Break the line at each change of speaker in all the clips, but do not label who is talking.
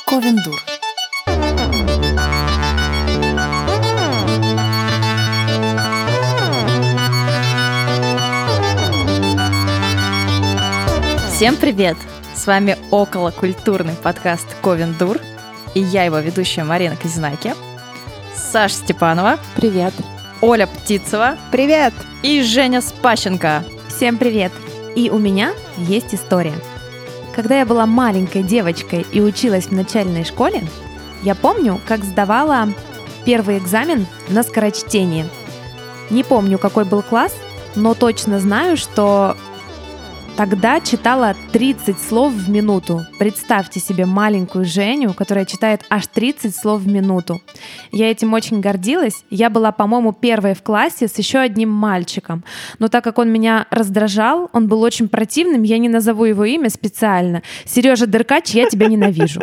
Ковендур. Всем привет! С вами околокультурный подкаст Ковендур, и я его ведущая Марина Казинаки, Саша Степанова.
Привет.
Оля Птицева.
Привет.
И Женя Спащенко.
Всем привет. И у меня есть история. Когда я была маленькой девочкой и училась в начальной школе, я помню, как сдавала первый экзамен на скорочтение. Не помню, какой был класс, но точно знаю, что тогда читала 30 слов в минуту. Представьте себе маленькую Женю, которая читает аж 30 слов в минуту. Я этим очень гордилась. Я была, по-моему, первой в классе с еще одним мальчиком. Но так как он меня раздражал, он был очень противным, я не назову его имя специально. Сережа Деркач, я тебя ненавижу.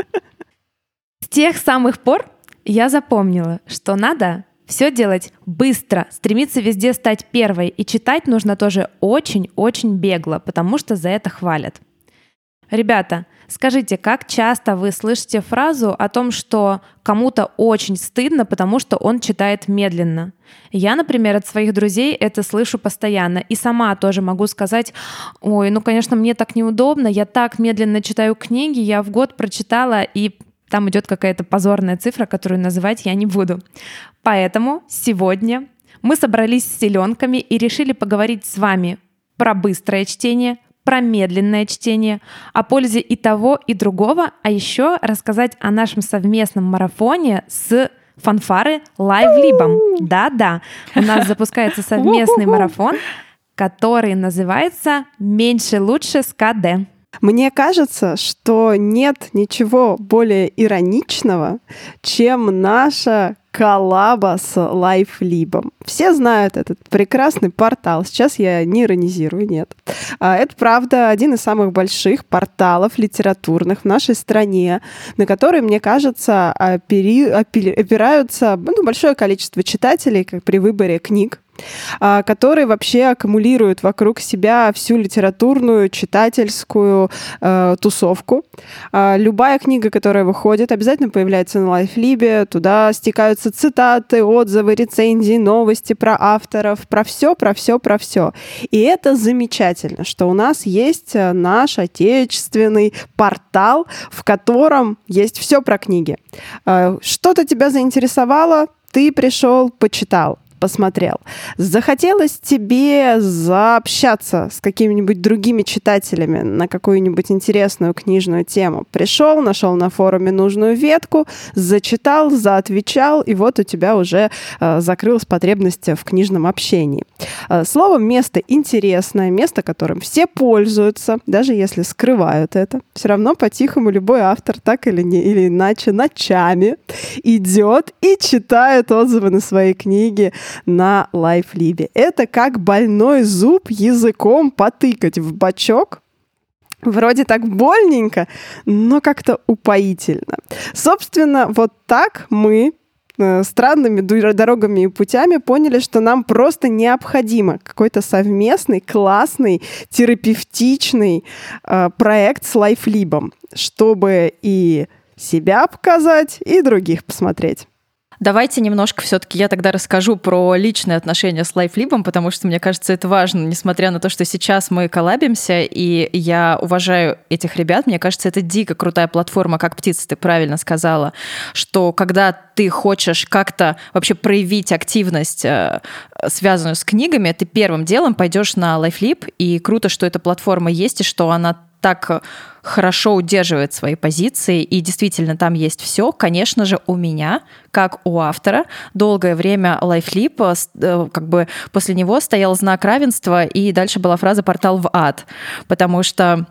С тех самых пор я запомнила, что надо все делать быстро, стремиться везде стать первой. И читать нужно тоже очень-очень бегло, потому что за это хвалят. Ребята, скажите, как часто вы слышите фразу о том, что кому-то очень стыдно, потому что он читает медленно? Я, например, от своих друзей это слышу постоянно. И сама тоже могу сказать: ой, ну, конечно, мне так неудобно, я так медленно читаю книги, я в год прочитала, и там идет какая-то позорная цифра, которую называть я не буду. Поэтому сегодня мы собрались с селенками и решили поговорить с вами про быстрое чтение, про медленное чтение, о пользе и того, и другого, а еще рассказать о нашем совместном марафоне с фанфары Лайвлибом. Да-да, у нас запускается совместный марафон, который называется «Меньше лучше с КД».
Мне кажется, что нет ничего более ироничного, чем наша коллаба с Лайвлибом. Все знают этот прекрасный портал. Сейчас я не иронизирую, нет. Это, правда, один из самых больших порталов литературных в нашей стране, на который, мне кажется, опираются большое количество читателей, как при выборе книг, которые вообще аккумулируют вокруг себя всю литературную, читательскую тусовку. Любая книга, которая выходит, обязательно появляется на Лайвлибе, туда стекаются цитаты, отзывы, рецензии, новости про авторов, про все. И это замечательно, что у нас есть наш отечественный портал, в котором есть все про книги. Что-то тебя заинтересовало, ты пришел, почитал, посмотрел. Захотелось тебе заобщаться с какими-нибудь другими читателями на какую-нибудь интересную книжную тему. Пришел, нашел на форуме нужную ветку, зачитал, заотвечал, и вот у тебя уже закрылась потребность в книжном общении. Словом, место интересное, место, которым все пользуются, даже если скрывают это. Все равно по-тихому любой автор так или иначе ночами идет и читает отзывы на свои книги на Лайвлибе. Это как больной зуб языком потыкать в бочок. Вроде так больненько, но как-то упоительно. Собственно, вот так мы странными дорогами и путями поняли, что нам просто необходимо какой-то совместный, классный, терапевтичный проект с Лайвлибом, чтобы и себя показать, и других посмотреть.
Давайте немножко все-таки я тогда расскажу про личные отношения с Лайвлибом, потому что, мне кажется, это важно, несмотря на то, что сейчас мы коллабимся, и я уважаю этих ребят. Мне кажется, это дико крутая платформа, как Птица, ты правильно сказала, что когда ты хочешь как-то вообще проявить активность, связанную с книгами, ты первым делом пойдешь на Лайвлиб, и круто, что эта платформа есть, и что она так хорошо удерживает свои позиции, и действительно там есть все. Конечно же, у меня, как у автора, долгое время Лайвлиб, как бы после него стоял знак равенства, и дальше была фраза «портал в ад», потому что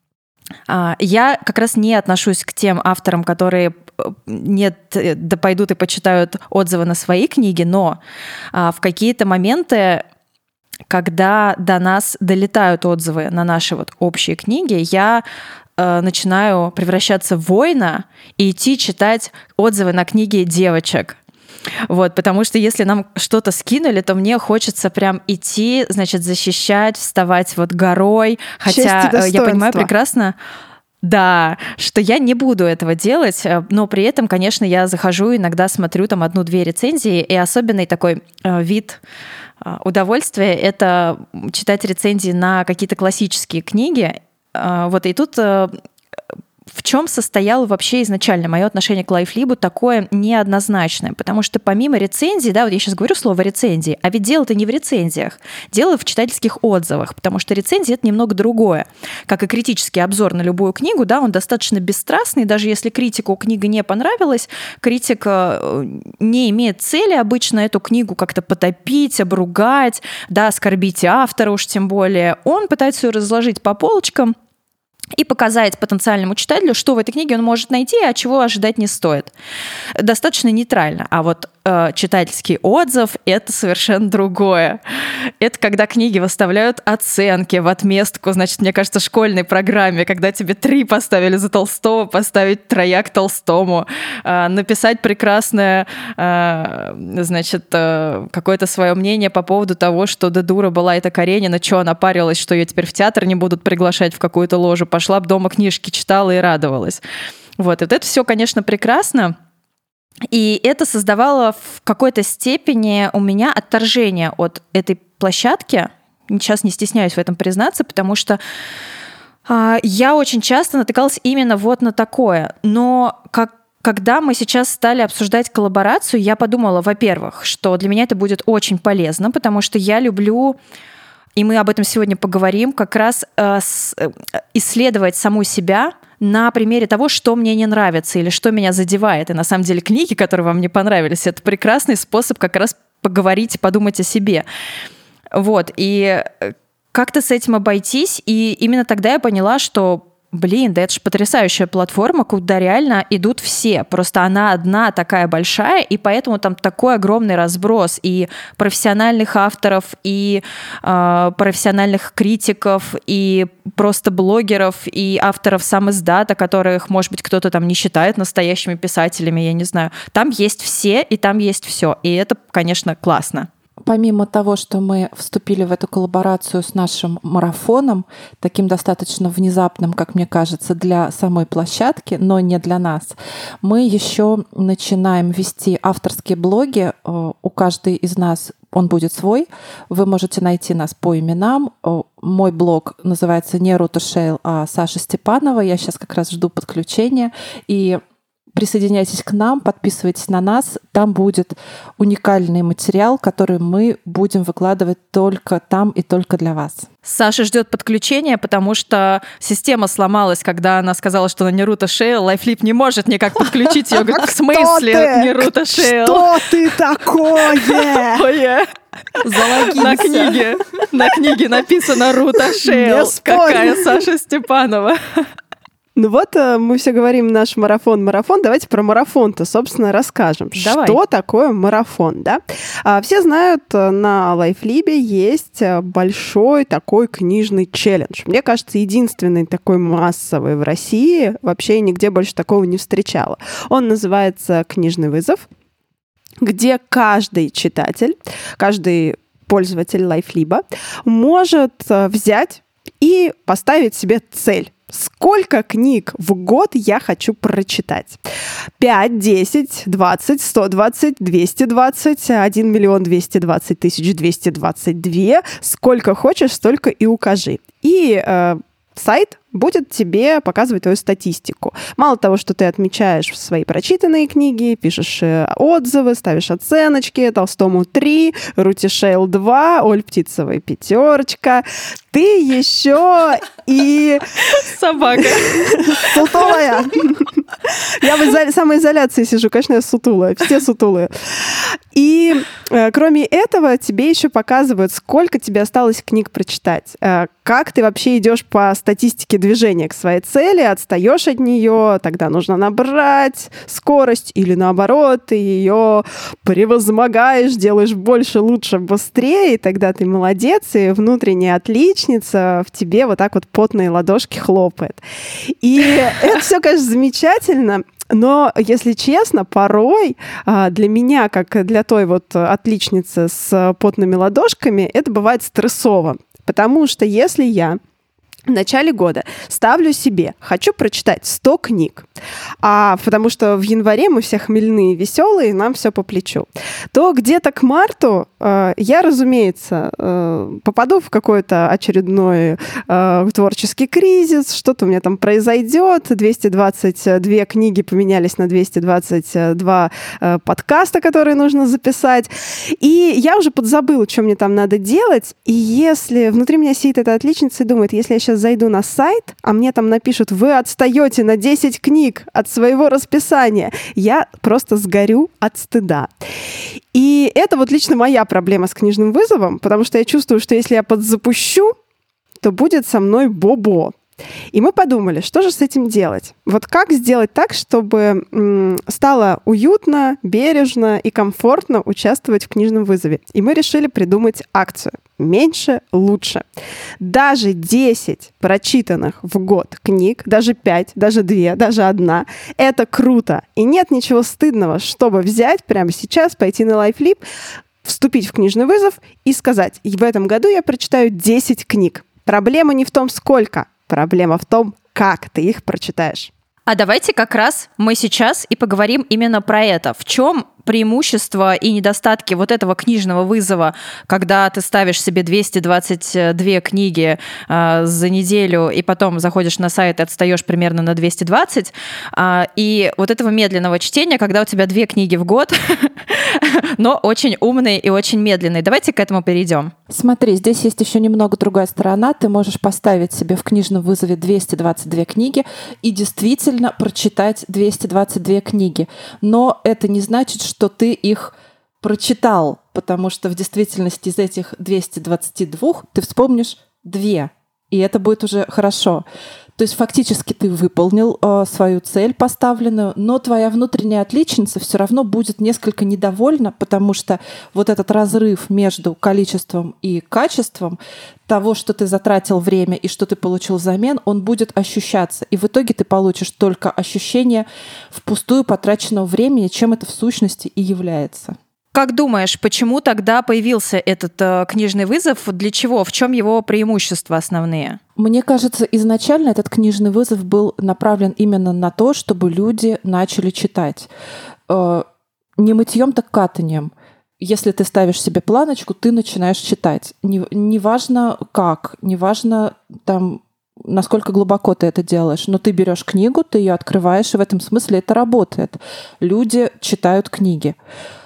я как раз не отношусь к тем авторам, которые пойдут и почитают отзывы на свои книги, но в какие-то моменты, когда до нас долетают отзывы на наши вот общие книги, я начинаю превращаться в воина и идти читать отзывы на книги девочек. Вот, потому что если нам что-то скинули, то мне хочется прям идти, значит, защищать, вставать вот горой. Хотя я понимаю прекрасно, Да, что я не буду этого делать, но при этом, конечно, я захожу, иногда смотрю там 1-2 рецензии, и особенный такой вид удовольствия — это читать рецензии на какие-то классические книги. Вот, и тут в чем состояло вообще изначально мое отношение к лайфлибу такое неоднозначное, потому что помимо рецензий, да, вот я сейчас говорю слово рецензии, а ведь дело-то не в рецензиях, дело в читательских отзывах, потому что рецензия — это немного другое. Как и критический обзор на любую книгу, да, он достаточно бесстрастный, даже если критику книга не понравилась, критик не имеет цели обычно эту книгу как-то потопить, обругать, да, оскорбить автора уж тем более. Он пытается ее разложить по полочкам и показать потенциальному читателю, что в этой книге он может найти, а чего ожидать не стоит. Достаточно нейтрально. А вот читательский отзыв — это совершенно другое. Это когда книги выставляют оценки в отместку, значит, мне кажется, школьной программе, когда тебе 3 поставили за Толстого, поставить 3 Толстому, написать прекрасное, значит, какое-то свое мнение по поводу того, что да дура была эта Каренина, что она парилась, что ее теперь в театр не будут приглашать в какую-то ложу, пошла бы дома книжки читала и радовалась. Вот, и вот это все, конечно, прекрасно. И это создавало в какой-то степени у меня отторжение от этой площадки. Сейчас не стесняюсь в этом признаться, потому что я очень часто натыкалась именно вот на такое. Но когда мы сейчас стали обсуждать коллаборацию, я подумала, во-первых, что для меня это будет очень полезно, потому что я люблю, и мы об этом сегодня поговорим, как раз исследовать саму себя на примере того, что мне не нравится или что меня задевает. И на самом деле книги, которые вам не понравились, это прекрасный способ как раз поговорить и подумать о себе. Вот. И как-то с этим обойтись. И именно тогда я поняла, что да это же потрясающая платформа, куда реально идут все. Просто она одна такая большая, и поэтому там такой огромный разброс и профессиональных авторов, и профессиональных критиков, и просто блогеров, и авторов сам-издата, которых, может быть, кто-то там не считает настоящими писателями, я не знаю. Там есть все, и там есть все. И это, конечно, классно.
Помимо того, что мы вступили в эту коллаборацию с нашим марафоном, таким достаточно внезапным, как мне кажется, для самой площадки, но не для нас, мы еще начинаем вести авторские блоги. У каждой из нас он будет свой. Вы можете найти нас по именам. Мой блог называется не Рута Шейл, а Саша Степанова. Я сейчас как раз жду подключения. И присоединяйтесь к нам, подписывайтесь на нас. Там будет уникальный материал, который мы будем выкладывать только там и только для вас.
Саша ждет подключения, потому что система сломалась, когда она сказала, что она не Рута Шейл. Лайфлиб не может никак подключить ее. Говорит, в смысле не Рута Шейл?
Что ты такое?
Залогинься. На книге написано Рута Шейл. Какая Саша Степанова?
Ну вот мы все говорим наш марафон. Давайте про марафон-то, собственно, расскажем.
Давай.
Что такое марафон, да? Все знают, на Лайфлибе есть большой такой книжный челлендж. Мне кажется, единственный такой массовый в России. Вообще нигде больше такого не встречала. Он называется «Книжный вызов», где каждый читатель, каждый пользователь Лайфлиба может взять и поставить себе цель. Сколько книг в год я хочу прочитать? 5, 10, 20, 120, 220, 1 220 222. Сколько хочешь, столько и укажи. И сайт будет тебе показывать твою статистику. Мало того, что ты отмечаешь свои прочитанные книги, пишешь отзывы, ставишь оценочки, Толстому 3, Руте Шейл 2, Оль Птицевой 5, ты еще и...
Собака.
Сутулая. Я в самоизоляции сижу, конечно, я сутулая, все сутулые. И кроме этого, тебе еще показывают, сколько тебе осталось книг прочитать, как ты вообще идешь по статистике движения к своей цели, отстаешь от нее, тогда нужно набрать скорость, или наоборот, ты ее превозмогаешь, делаешь больше, лучше, быстрее, и тогда ты молодец, и внутренняя отличница в тебе вот так вот потные ладошки хлопает. И это все, конечно, замечательно. Но, если честно, порой для меня, как для той вот отличницы с потными ладошками, это бывает стрессово. Потому что если я в начале года ставлю себе, хочу прочитать 100 книг, потому что в январе мы все хмельные, веселые, нам все по плечу, то где-то к марту я, разумеется, попаду в какой-то очередной творческий кризис, что-то у меня там произойдет, 222 книги поменялись на 222 подкаста, которые нужно записать, и я уже подзабыла, что мне там надо делать, и если внутри меня сидит эта отличница и думает, если я сейчас зайду на сайт, а мне там напишут, вы отстаете на 10 книг от своего расписания, я просто сгорю от стыда. И это вот лично моя проблема с книжным вызовом, потому что я чувствую, что если я подзапущу, то будет со мной бобо. И мы подумали, что же с этим делать? Вот как сделать так, чтобы стало уютно, бережно и комфортно участвовать в книжном вызове? И мы решили придумать акцию «Меньше лучше». Даже 10 прочитанных в год книг, даже 5, даже 2, даже 1 — это круто. И нет ничего стыдного, чтобы взять прямо сейчас, пойти на LifeLib, вступить в книжный вызов и сказать, в этом году я прочитаю 10 книг. Проблема не в том, сколько. Проблема в том, как ты их прочитаешь.
А давайте как раз мы сейчас и поговорим именно про это. В чем преимущества и недостатки вот этого книжного вызова, когда ты ставишь себе 222 книги за неделю и потом заходишь на сайт и отстаешь примерно на 220, и вот этого медленного чтения, когда у тебя 2 книги в год, но очень умные и очень медленные. Давайте к этому перейдем.
Смотри, здесь есть еще немного другая сторона. Ты можешь поставить себе в книжном вызове 222 книги и действительно прочитать 222 книги. Но это не значит, что ты их прочитал, потому что в действительности из этих 222 ты вспомнишь 2, и это будет уже хорошо. То есть фактически ты выполнил свою цель поставленную, но твоя внутренняя отличница все равно будет несколько недовольна, потому что вот этот разрыв между количеством и качеством того, что ты затратил время и что ты получил взамен, он будет ощущаться. И в итоге ты получишь только ощущение впустую потраченного времени, чем это в сущности и является.
Как думаешь, почему тогда появился этот книжный вызов? Для чего? В чем его преимущества основные?
Мне кажется, изначально этот книжный вызов был направлен именно на то, чтобы люди начали читать. Не мытьем, так катанием. Если ты ставишь себе планочку, ты начинаешь читать. Неважно как, неважно там, насколько глубоко ты это делаешь, но ты берешь книгу, ты ее открываешь, и в этом смысле это работает. Люди читают книги.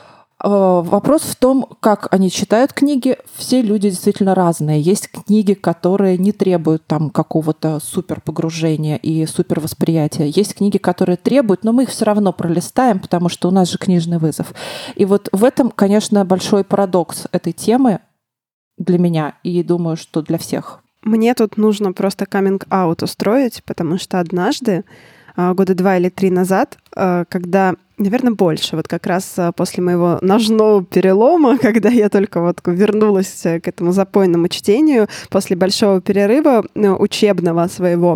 Вопрос в том, как они читают книги. Все люди действительно разные. Есть книги, которые не требуют там какого-то супер погружения и супер восприятия. Есть книги, которые требуют, но мы их все равно пролистаем, потому что у нас же книжный вызов. И вот в этом, конечно, большой парадокс этой темы для меня, и думаю, что для всех.
Мне тут нужно просто каминг-аут устроить, потому что однажды, 2 или 3 года назад, когда, наверное, больше, вот как раз после моего ножного перелома, когда я только вот вернулась к этому запойному чтению, после большого перерыва учебного своего,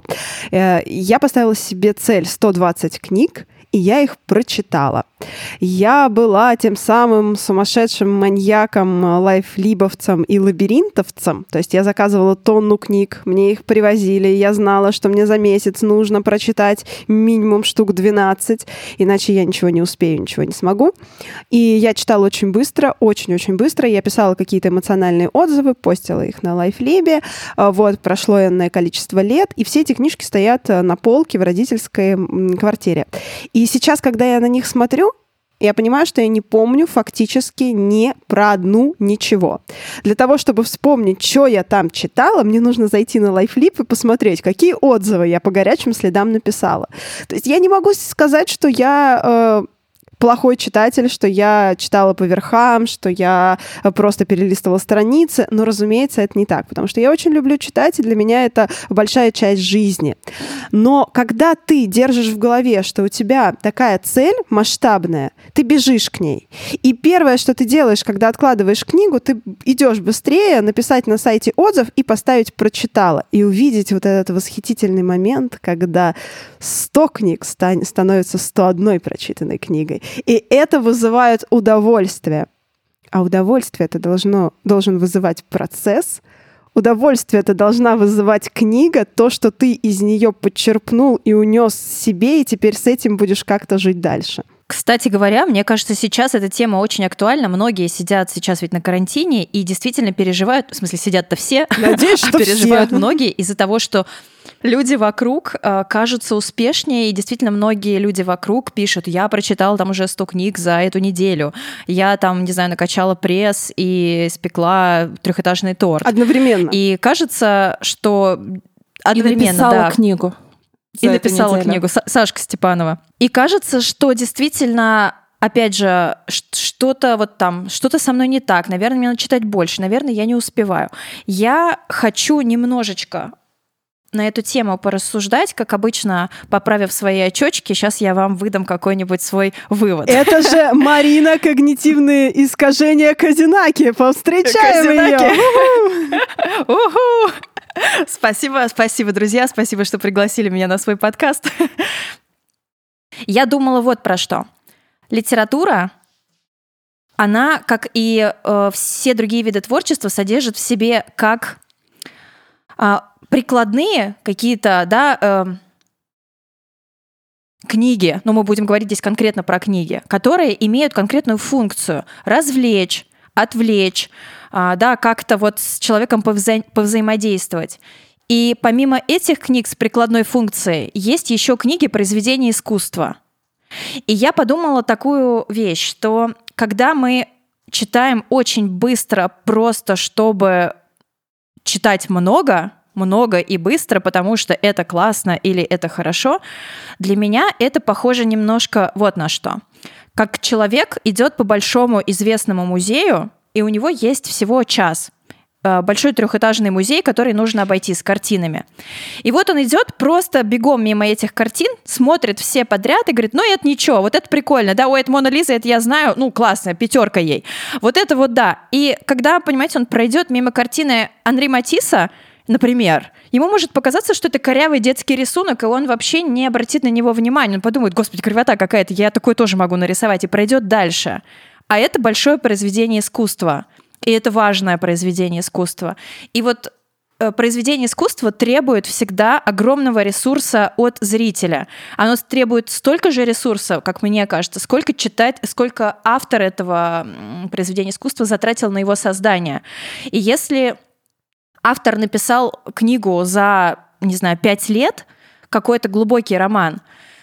я поставила себе цель 120 книг, и я их прочитала. Я была тем самым сумасшедшим маньяком, лайфлибовцем и лабиринтовцем. То есть я заказывала тонну книг, мне их привозили, я знала, что мне за месяц нужно прочитать минимум штук 12, иначе я ничего не успею, ничего не смогу. И я читала очень быстро, очень-очень быстро. Я писала какие-то эмоциональные отзывы, постила их на лайфлибе. Вот, прошло энное количество лет, и все эти книжки стоят на полке в родительской квартире. И сейчас, когда я на них смотрю, я понимаю, что я не помню фактически ни про одну ничего. Для того, чтобы вспомнить, что я там читала, мне нужно зайти на LifeLib и посмотреть, какие отзывы я по горячим следам написала. То есть я не могу сказать, что я плохой читатель, что я читала по верхам, что я просто перелистывала страницы, но, разумеется, это не так, потому что я очень люблю читать, и для меня это большая часть жизни. Но когда ты держишь в голове, что у тебя такая цель масштабная, ты бежишь к ней. И первое, что ты делаешь, когда откладываешь книгу, ты идешь быстрее написать на сайте отзыв и поставить «прочитала», и увидеть вот этот восхитительный момент, когда 100 книг становится 101 прочитанной книгой. И это вызывает удовольствие. А удовольствие это должен вызывать процесс удовольствие это должна вызывать книга, то, что ты из нее подчерпнул и унес себе, и теперь с этим будешь как-то жить дальше.
Кстати говоря, мне кажется, сейчас эта тема очень актуальна. Многие сидят сейчас ведь на карантине и действительно переживают, в смысле, сидят-то все,
надеюсь, что
переживают
все.
многие из-за того, что люди вокруг кажутся успешнее, и действительно многие люди вокруг пишут: я прочитала там уже 100 книг за эту неделю, я там, не знаю, накачала пресс и испекла 3-этажный торт.
Одновременно.
И кажется, что одновременно,
и написала книгу.
И написала книгу Сашка Степанова. И кажется, что действительно, опять же, что-то вот там, что-то со мной не так. Наверное, мне надо читать больше. Наверное, я не успеваю. Я хочу немножечко на эту тему порассуждать, как обычно, поправив свои очечки. Сейчас я вам выдам какой-нибудь свой вывод.
Это же Марина, когнитивные искажения Козинаки. Повстречаем ее!
Спасибо, друзья, спасибо, что пригласили меня на свой подкаст. Я думала вот про что. Литература, она, как и все другие виды творчества, содержит в себе как прикладные какие-то, книги, но мы будем говорить здесь конкретно про книги, которые имеют конкретную функцию — развлечь, отвлечь, как-то вот с человеком повзаимодействовать. И помимо этих книг с прикладной функцией есть еще книги произведения искусства. И я подумала такую вещь, что когда мы читаем очень быстро, просто чтобы читать много и быстро, потому что это классно или это хорошо, для меня это похоже немножко вот на что. Как человек идет по большому известному музею, и у него есть всего час. Большой 3-этажный музей, который нужно обойти с картинами. И вот он идет просто бегом мимо этих картин, смотрит все подряд и говорит: ну это ничего, вот это прикольно, да, ой, это Мона Лиза, это я знаю, ну классно, 5 ей. Вот это вот да. И когда, понимаете, он пройдет мимо картины Анри Матисса, например, ему может показаться, что это корявый детский рисунок, и он вообще не обратит на него внимания. Он подумает: господи, кривота какая-то, я такое тоже могу нарисовать, и пройдет дальше. А это большое произведение искусства. И это важное произведение искусства. И вот произведение искусства требует всегда огромного ресурса от зрителя. Оно требует столько же ресурса, как мне кажется, сколько автор этого произведения искусства затратил на его создание. И если автор написал книгу за, не знаю, 5 лет, какой-то глубокий роман,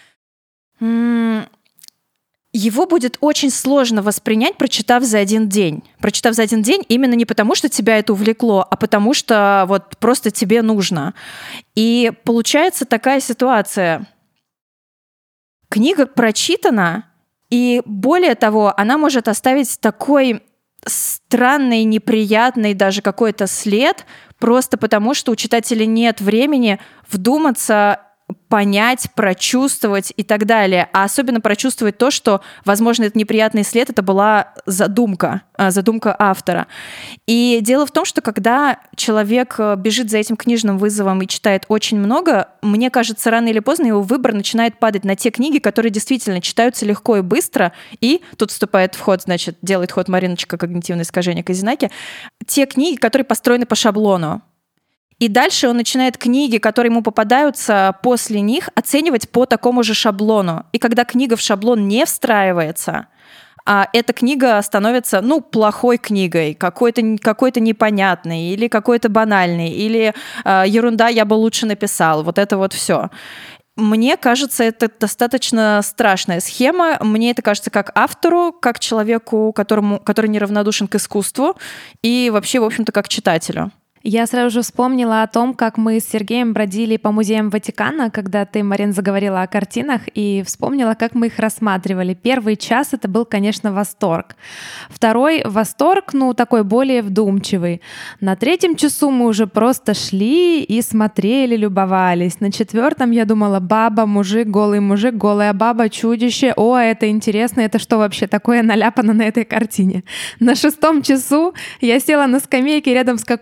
его будет очень сложно воспринять, прочитав за один день. Прочитав за один день именно не потому, что тебя это увлекло, а потому что вот просто тебе нужно. И получается такая ситуация. Книга прочитана, и более того, она может оставить такой странный, неприятный даже какой-то след, просто потому что у читателя нет времени вдуматься, понять, прочувствовать и так далее. А особенно прочувствовать то, что, возможно, этот неприятный след — это была задумка автора. И дело в том, что когда человек бежит за этим книжным вызовом и читает очень много, мне кажется, рано или поздно его выбор начинает падать на те книги, которые действительно читаются легко и быстро. И тут вступает в ход, значит, делает ход Мариночка «Когнитивное искажение Козинаки», те книги, которые построены по шаблону. И дальше он начинает книги, которые ему попадаются после них, оценивать по такому же шаблону. И когда книга в шаблон не встраивается, эта книга становится, плохой книгой, какой-то непонятной, или какой-то банальной, или ерунда, я бы лучше написал. Вот это вот все. Мне кажется, это достаточно страшная схема. Мне это кажется как автору, как человеку, который неравнодушен к искусству, и вообще, в общем-то, как читателю.
Я сразу же вспомнила о том, как мы с Сергеем бродили по музеям Ватикана, когда ты, Марин, заговорила о картинах, и вспомнила, как мы их рассматривали. Первый час — это был, конечно, восторг. Второй восторг, такой более вдумчивый. На 3-м часу мы уже просто шли и смотрели, любовались. На 4-м я думала: баба, мужик, голая баба, чудище. О, это интересно, это что вообще такое наляпано на этой картине? На 6-м часу я села на скамейке рядом с какой-то статуей,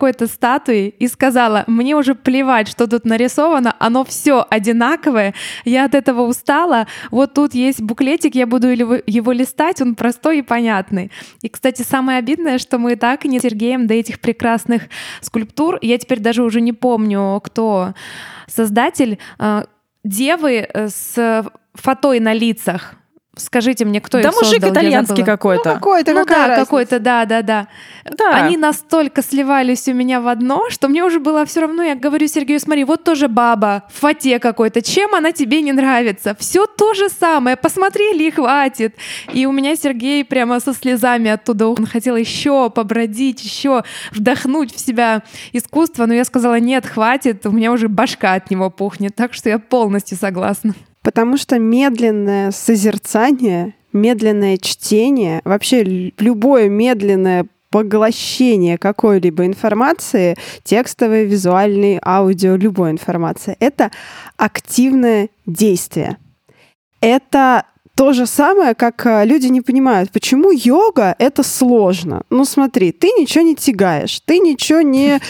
статуи и сказала: мне уже плевать, что тут нарисовано, оно все одинаковое, я от этого устала, вот тут есть буклетик, я буду его листать, он простой и понятный. И, кстати, самое обидное, что мы так и не с Сергеем до этих прекрасных скульптур, я теперь даже уже не помню, кто создатель, девы с фатой на лицах. Скажите мне, кто их создал?
Да мужик итальянский какой-то.
Какой-то, да. Они настолько сливались у меня в одно, что мне уже было все равно. Я говорю Сергею: смотри, вот тоже баба в фате какой-то. Чем она тебе не нравится? Все то же самое. Посмотрели и хватит. И у меня Сергей прямо со слезами оттуда. Он хотел еще побродить, еще вдохнуть в себя искусство. Но я сказала: нет, хватит. У меня уже башка от него пухнет. Так что я полностью согласна.
Потому что медленное созерцание, медленное чтение, вообще любое медленное поглощение какой-либо информации, текстовой, визуальной, аудио, любой информации, это активное действие. Это то же самое, как люди не понимают, почему йога — это сложно. Ну смотри, ты ничего не тягаешь, ты ничего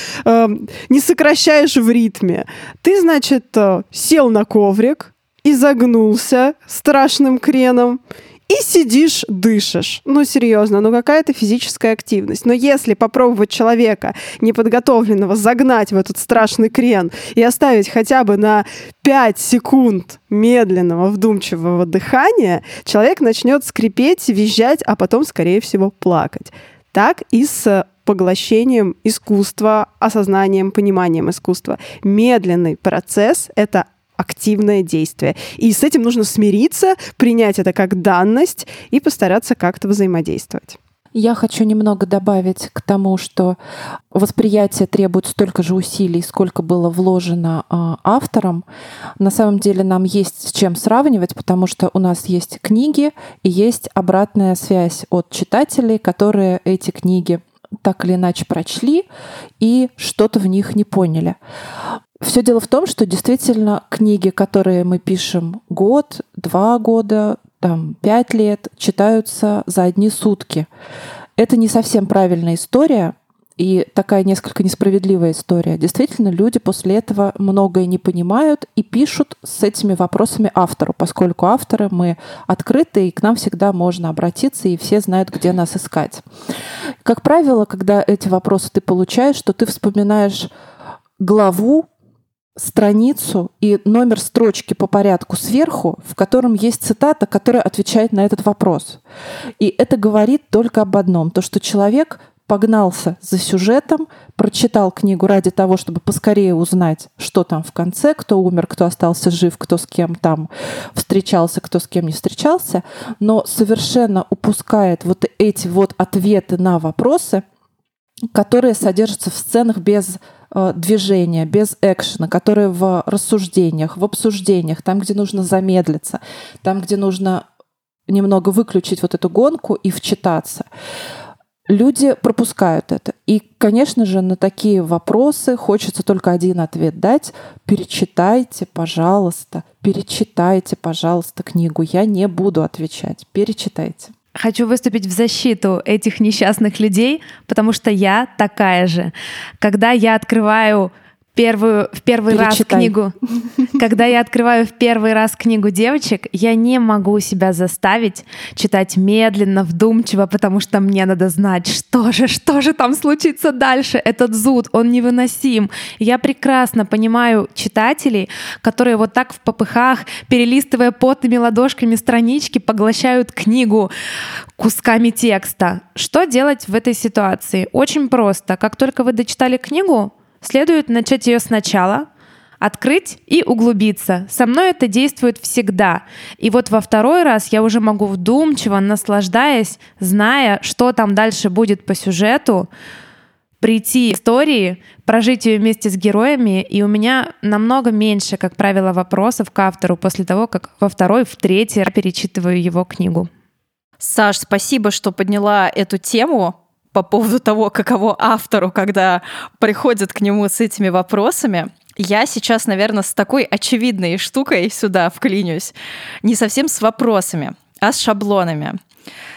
не сокращаешь в ритме. Ты, значит, сел на коврик, изогнулся страшным креном и сидишь, дышишь. Ну, серьезно, какая-то физическая активность. Но если попробовать человека неподготовленного загнать в этот страшный крен и оставить хотя бы на 5 секунд медленного, вдумчивого дыхания, человек начнет скрипеть, визжать, а потом, скорее всего, плакать. Так и с поглощением искусства, осознанием, пониманием искусства. Медленный процесс — это активное действие. И с этим нужно смириться, принять это как данность и постараться как-то взаимодействовать.
Я хочу немного добавить к тому, что восприятие требует столько же усилий, сколько было вложено автором. На самом деле нам есть с чем сравнивать, потому что у нас есть книги и есть обратная связь от читателей, которые эти книги так или иначе прочли и что-то в них не поняли. Все дело в том, что действительно книги, которые мы пишем год, 2 года, 5 лет, читаются за одни сутки. Это не совсем правильная история и такая несколько несправедливая история. Действительно, люди после этого многое не понимают и пишут с этими вопросами автору, поскольку авторы мы открыты, и к нам всегда можно обратиться, и все знают, где нас искать. Как правило, когда эти вопросы ты получаешь, что ты вспоминаешь главу, страницу и номер строчки по порядку сверху, в котором есть цитата, которая отвечает на этот вопрос. И это говорит только об одном: то, что человек погнался за сюжетом, прочитал книгу ради того, чтобы поскорее узнать, что там в конце, кто умер, кто остался жив, кто с кем там встречался, кто с кем не встречался, но совершенно упускает вот эти вот ответы на вопросы, которые содержатся в сценах без движения, без экшена, которые в рассуждениях, в обсуждениях, там, где нужно замедлиться, там, где нужно немного выключить вот эту гонку и вчитаться. Люди пропускают это. И, конечно же, на такие вопросы хочется только один ответ дать: перечитайте, пожалуйста, книгу. Я не буду отвечать. Перечитайте.
Хочу выступить в защиту этих несчастных людей, потому что я такая же. Когда я открываю в первый раз книгу, когда я открываю в первый раз книгу девочек, я не могу себя заставить читать медленно, вдумчиво, потому что мне надо знать, что же там случится дальше. Этот зуд, он невыносим. Я прекрасно понимаю читателей, которые вот так в попыхах, перелистывая потными ладошками странички, поглощают книгу кусками текста. Что делать в этой ситуации? Очень просто. Как только вы дочитали книгу, следует начать ее сначала, открыть и углубиться. Со мной это действует всегда. И вот во второй раз я уже могу вдумчиво, наслаждаясь, зная, что там дальше будет по сюжету, прийти к истории, прожить ее вместе с героями, и у меня намного меньше, как правило, вопросов к автору после того, как во второй, в третий раз перечитываю его книгу.
Саш, спасибо, что подняла эту тему по поводу того, каково автору, когда приходят к нему с этими вопросами. Я сейчас, наверное, с такой очевидной штукой сюда вклинюсь. Не совсем с вопросами, а с шаблонами.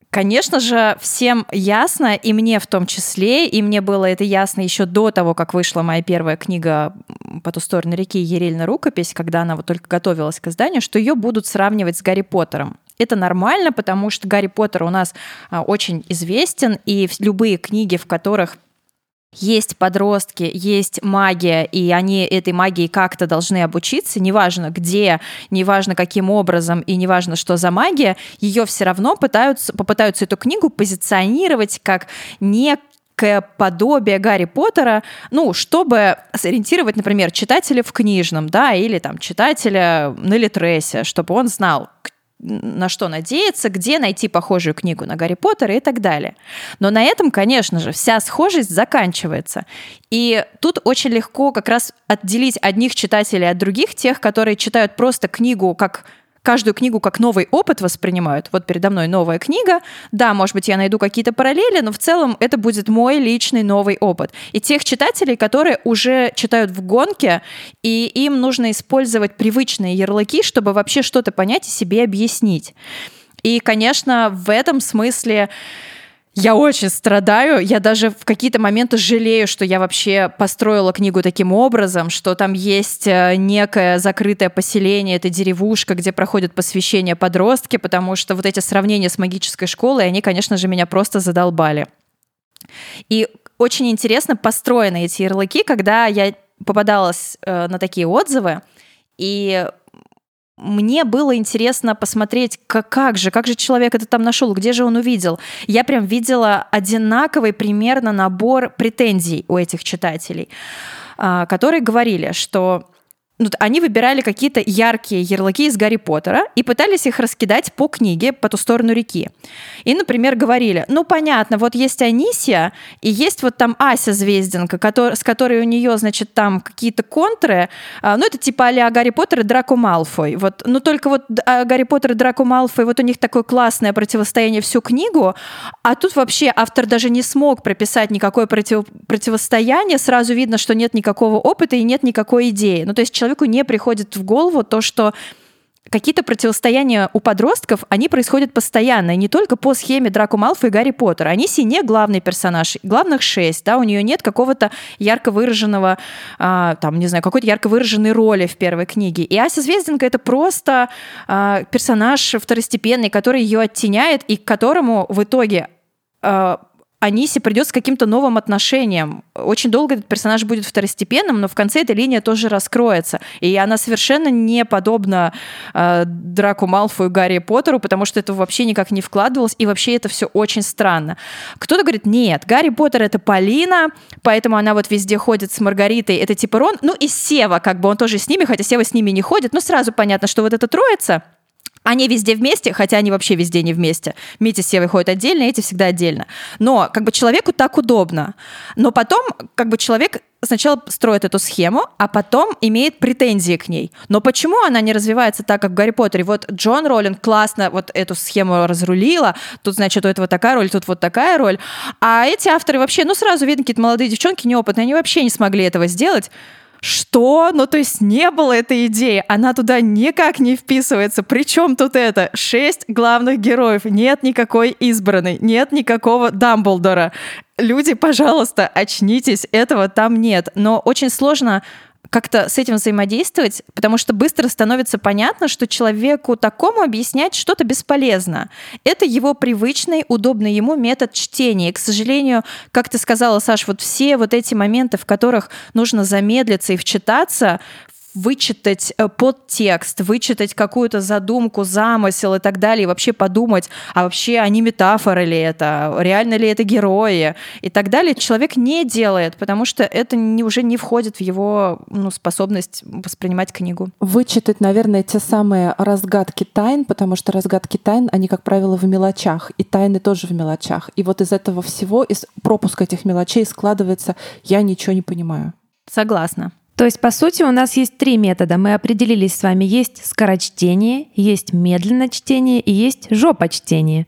Конечно же, всем ясно, и мне в том числе, и мне было это ясно еще до того, как вышла моя первая книга «По ту сторону реки» Ерильна рукопись, когда она вот только готовилась к изданию, что ее будут сравнивать с Гарри Поттером. Это нормально, потому что Гарри Поттер у нас очень известен, и любые книги, в которых есть подростки, есть магия, и они этой магией как-то должны обучиться, неважно где, неважно каким образом и неважно, что за магия, ее все равно попытаются эту книгу позиционировать как некое подобие Гарри Поттера, ну, чтобы сориентировать, например, читателя в книжном, да, или там читателя на Литресе, чтобы он знал, на что надеяться, где найти похожую книгу на Гарри Поттера и так далее. Но на этом, конечно же, вся схожесть заканчивается. И тут очень легко как раз отделить одних читателей от других, тех, которые читают просто книгу каждую книгу как новый опыт воспринимают. Вот передо мной новая книга. Да, может быть, я найду какие-то параллели, но в целом это будет мой личный новый опыт. И тех читателей, которые уже читают в гонке, и им нужно использовать привычные ярлыки, чтобы вообще что-то понять и себе объяснить. И, конечно, в этом смысле я очень страдаю, я даже в какие-то моменты жалею, что я вообще построила книгу таким образом, что там есть некое закрытое поселение, это деревушка, где проходят посвящения подростки, потому что вот эти сравнения с магической школой, они, конечно же, меня просто задолбали. И очень интересно построены эти ярлыки, когда я попадалась на такие отзывы, и мне было интересно посмотреть, как же человек это там нашел, где же он увидел. Я прям видела одинаковый примерно набор претензий у этих читателей, которые говорили, что они выбирали какие-то яркие ярлыки из Гарри Поттера и пытались их раскидать по книге «По ту сторону реки». И, например, говорили, понятно, вот есть Анисия, и есть вот там Ася Звездинка, с которой у нее, значит, там какие-то контры, это типа а-ля Гарри Поттер и Драко Малфой. Вот, только вот Гарри Поттер и Драко Малфой, вот у них такое классное противостояние всю книгу, а тут вообще автор даже не смог прописать никакое противостояние, сразу видно, что нет никакого опыта и нет никакой идеи. То есть человеку не приходит в голову то, что какие-то противостояния у подростков, они происходят постоянно, и не только по схеме Драко Малфой и Гарри Поттера. Анисия не главный персонаж, главных 6, да, у нее нет какого-то ярко выраженного, какой-то ярко выраженной роли в первой книге. И Ася Звездинка — это просто персонаж второстепенный, который ее оттеняет, и к которому в итоге Анисе придет с каким-то новым отношением. Очень долго этот персонаж будет второстепенным, но в конце эта линия тоже раскроется. И она совершенно не подобна Драко Малфою и Гарри Поттеру, потому что это вообще никак не вкладывалось, и вообще это все очень странно. Кто-то говорит, нет, Гарри Поттер — это Полина, поэтому она вот везде ходит с Маргаритой, это типа Рон, и Сева, он тоже с ними, хотя Сева с ними не ходит, сразу понятно, что вот эта троица, они везде вместе, хотя они вообще везде не вместе. Митя с Севой ходят отдельно, эти всегда отдельно. Но человеку так удобно. Но потом человек сначала строит эту схему, а потом имеет претензии к ней. Но почему она не развивается так, как в Гарри Поттере? Вот Джон Роулинг классно вот эту схему разрулила, тут, значит, у этого такая роль, тут вот такая роль. А эти авторы вообще, сразу видно, какие-то молодые девчонки неопытные, они вообще не смогли этого сделать. Что? То есть не было этой идеи, она туда никак не вписывается. Причем тут 6 главных героев, нет никакой избранной, нет никакого Дамблдора. Люди, пожалуйста, очнитесь, этого там нет. Но очень сложно как-то с этим взаимодействовать, потому что быстро становится понятно, что человеку такому объяснять что-то бесполезно. Это его привычный, удобный ему метод чтения. И, к сожалению, как ты сказала, Саш, вот все вот эти моменты, в которых нужно замедлиться и вчитаться, вычитать подтекст, вычитать какую-то задумку, замысел и так далее, и вообще подумать, а вообще они метафоры ли это, реально ли это герои и так далее, человек не делает, потому что это уже не входит в его способность воспринимать книгу.
Вычитать, наверное, те самые разгадки тайн, потому что разгадки тайн, они, как правило, в мелочах, и тайны тоже в мелочах. И вот из этого всего, из пропуска этих мелочей складывается «я ничего не понимаю».
Согласна.
То есть, по сути, у нас есть 3 метода. Мы определились с вами. Есть скорочтение, есть медленно чтение и есть жопочтение.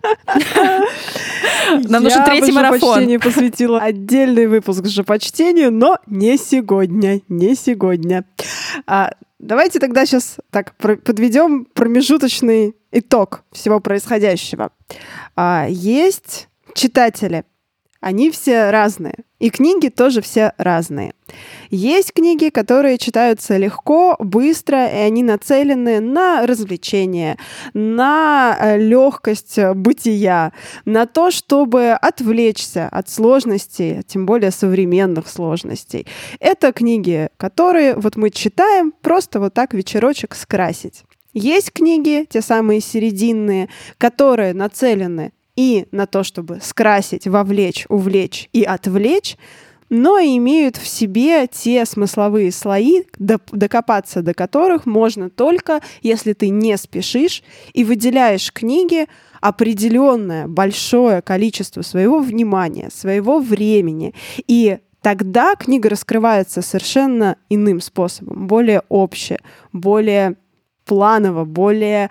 Нам нужен 3-й марафон.
Я жопочтению посвятила отдельный выпуск жопочтению, но не сегодня. Давайте тогда сейчас подведем промежуточный итог всего происходящего. Есть читатели. Они все разные. И книги тоже все разные. Есть книги, которые читаются легко, быстро, и они нацелены на развлечение, на легкость бытия, на то, чтобы отвлечься от сложностей, тем более современных сложностей. Это книги, которые вот мы читаем просто вот так вечерочек скрасить. Есть книги, те самые серединные, которые нацелены и на то, чтобы скрасить, вовлечь, увлечь и отвлечь, но имеют в себе те смысловые слои, докопаться до которых можно только, если ты не спешишь и выделяешь книги определенное большое количество своего внимания, своего времени. И тогда книга раскрывается совершенно иным способом, более обще, более планово, более...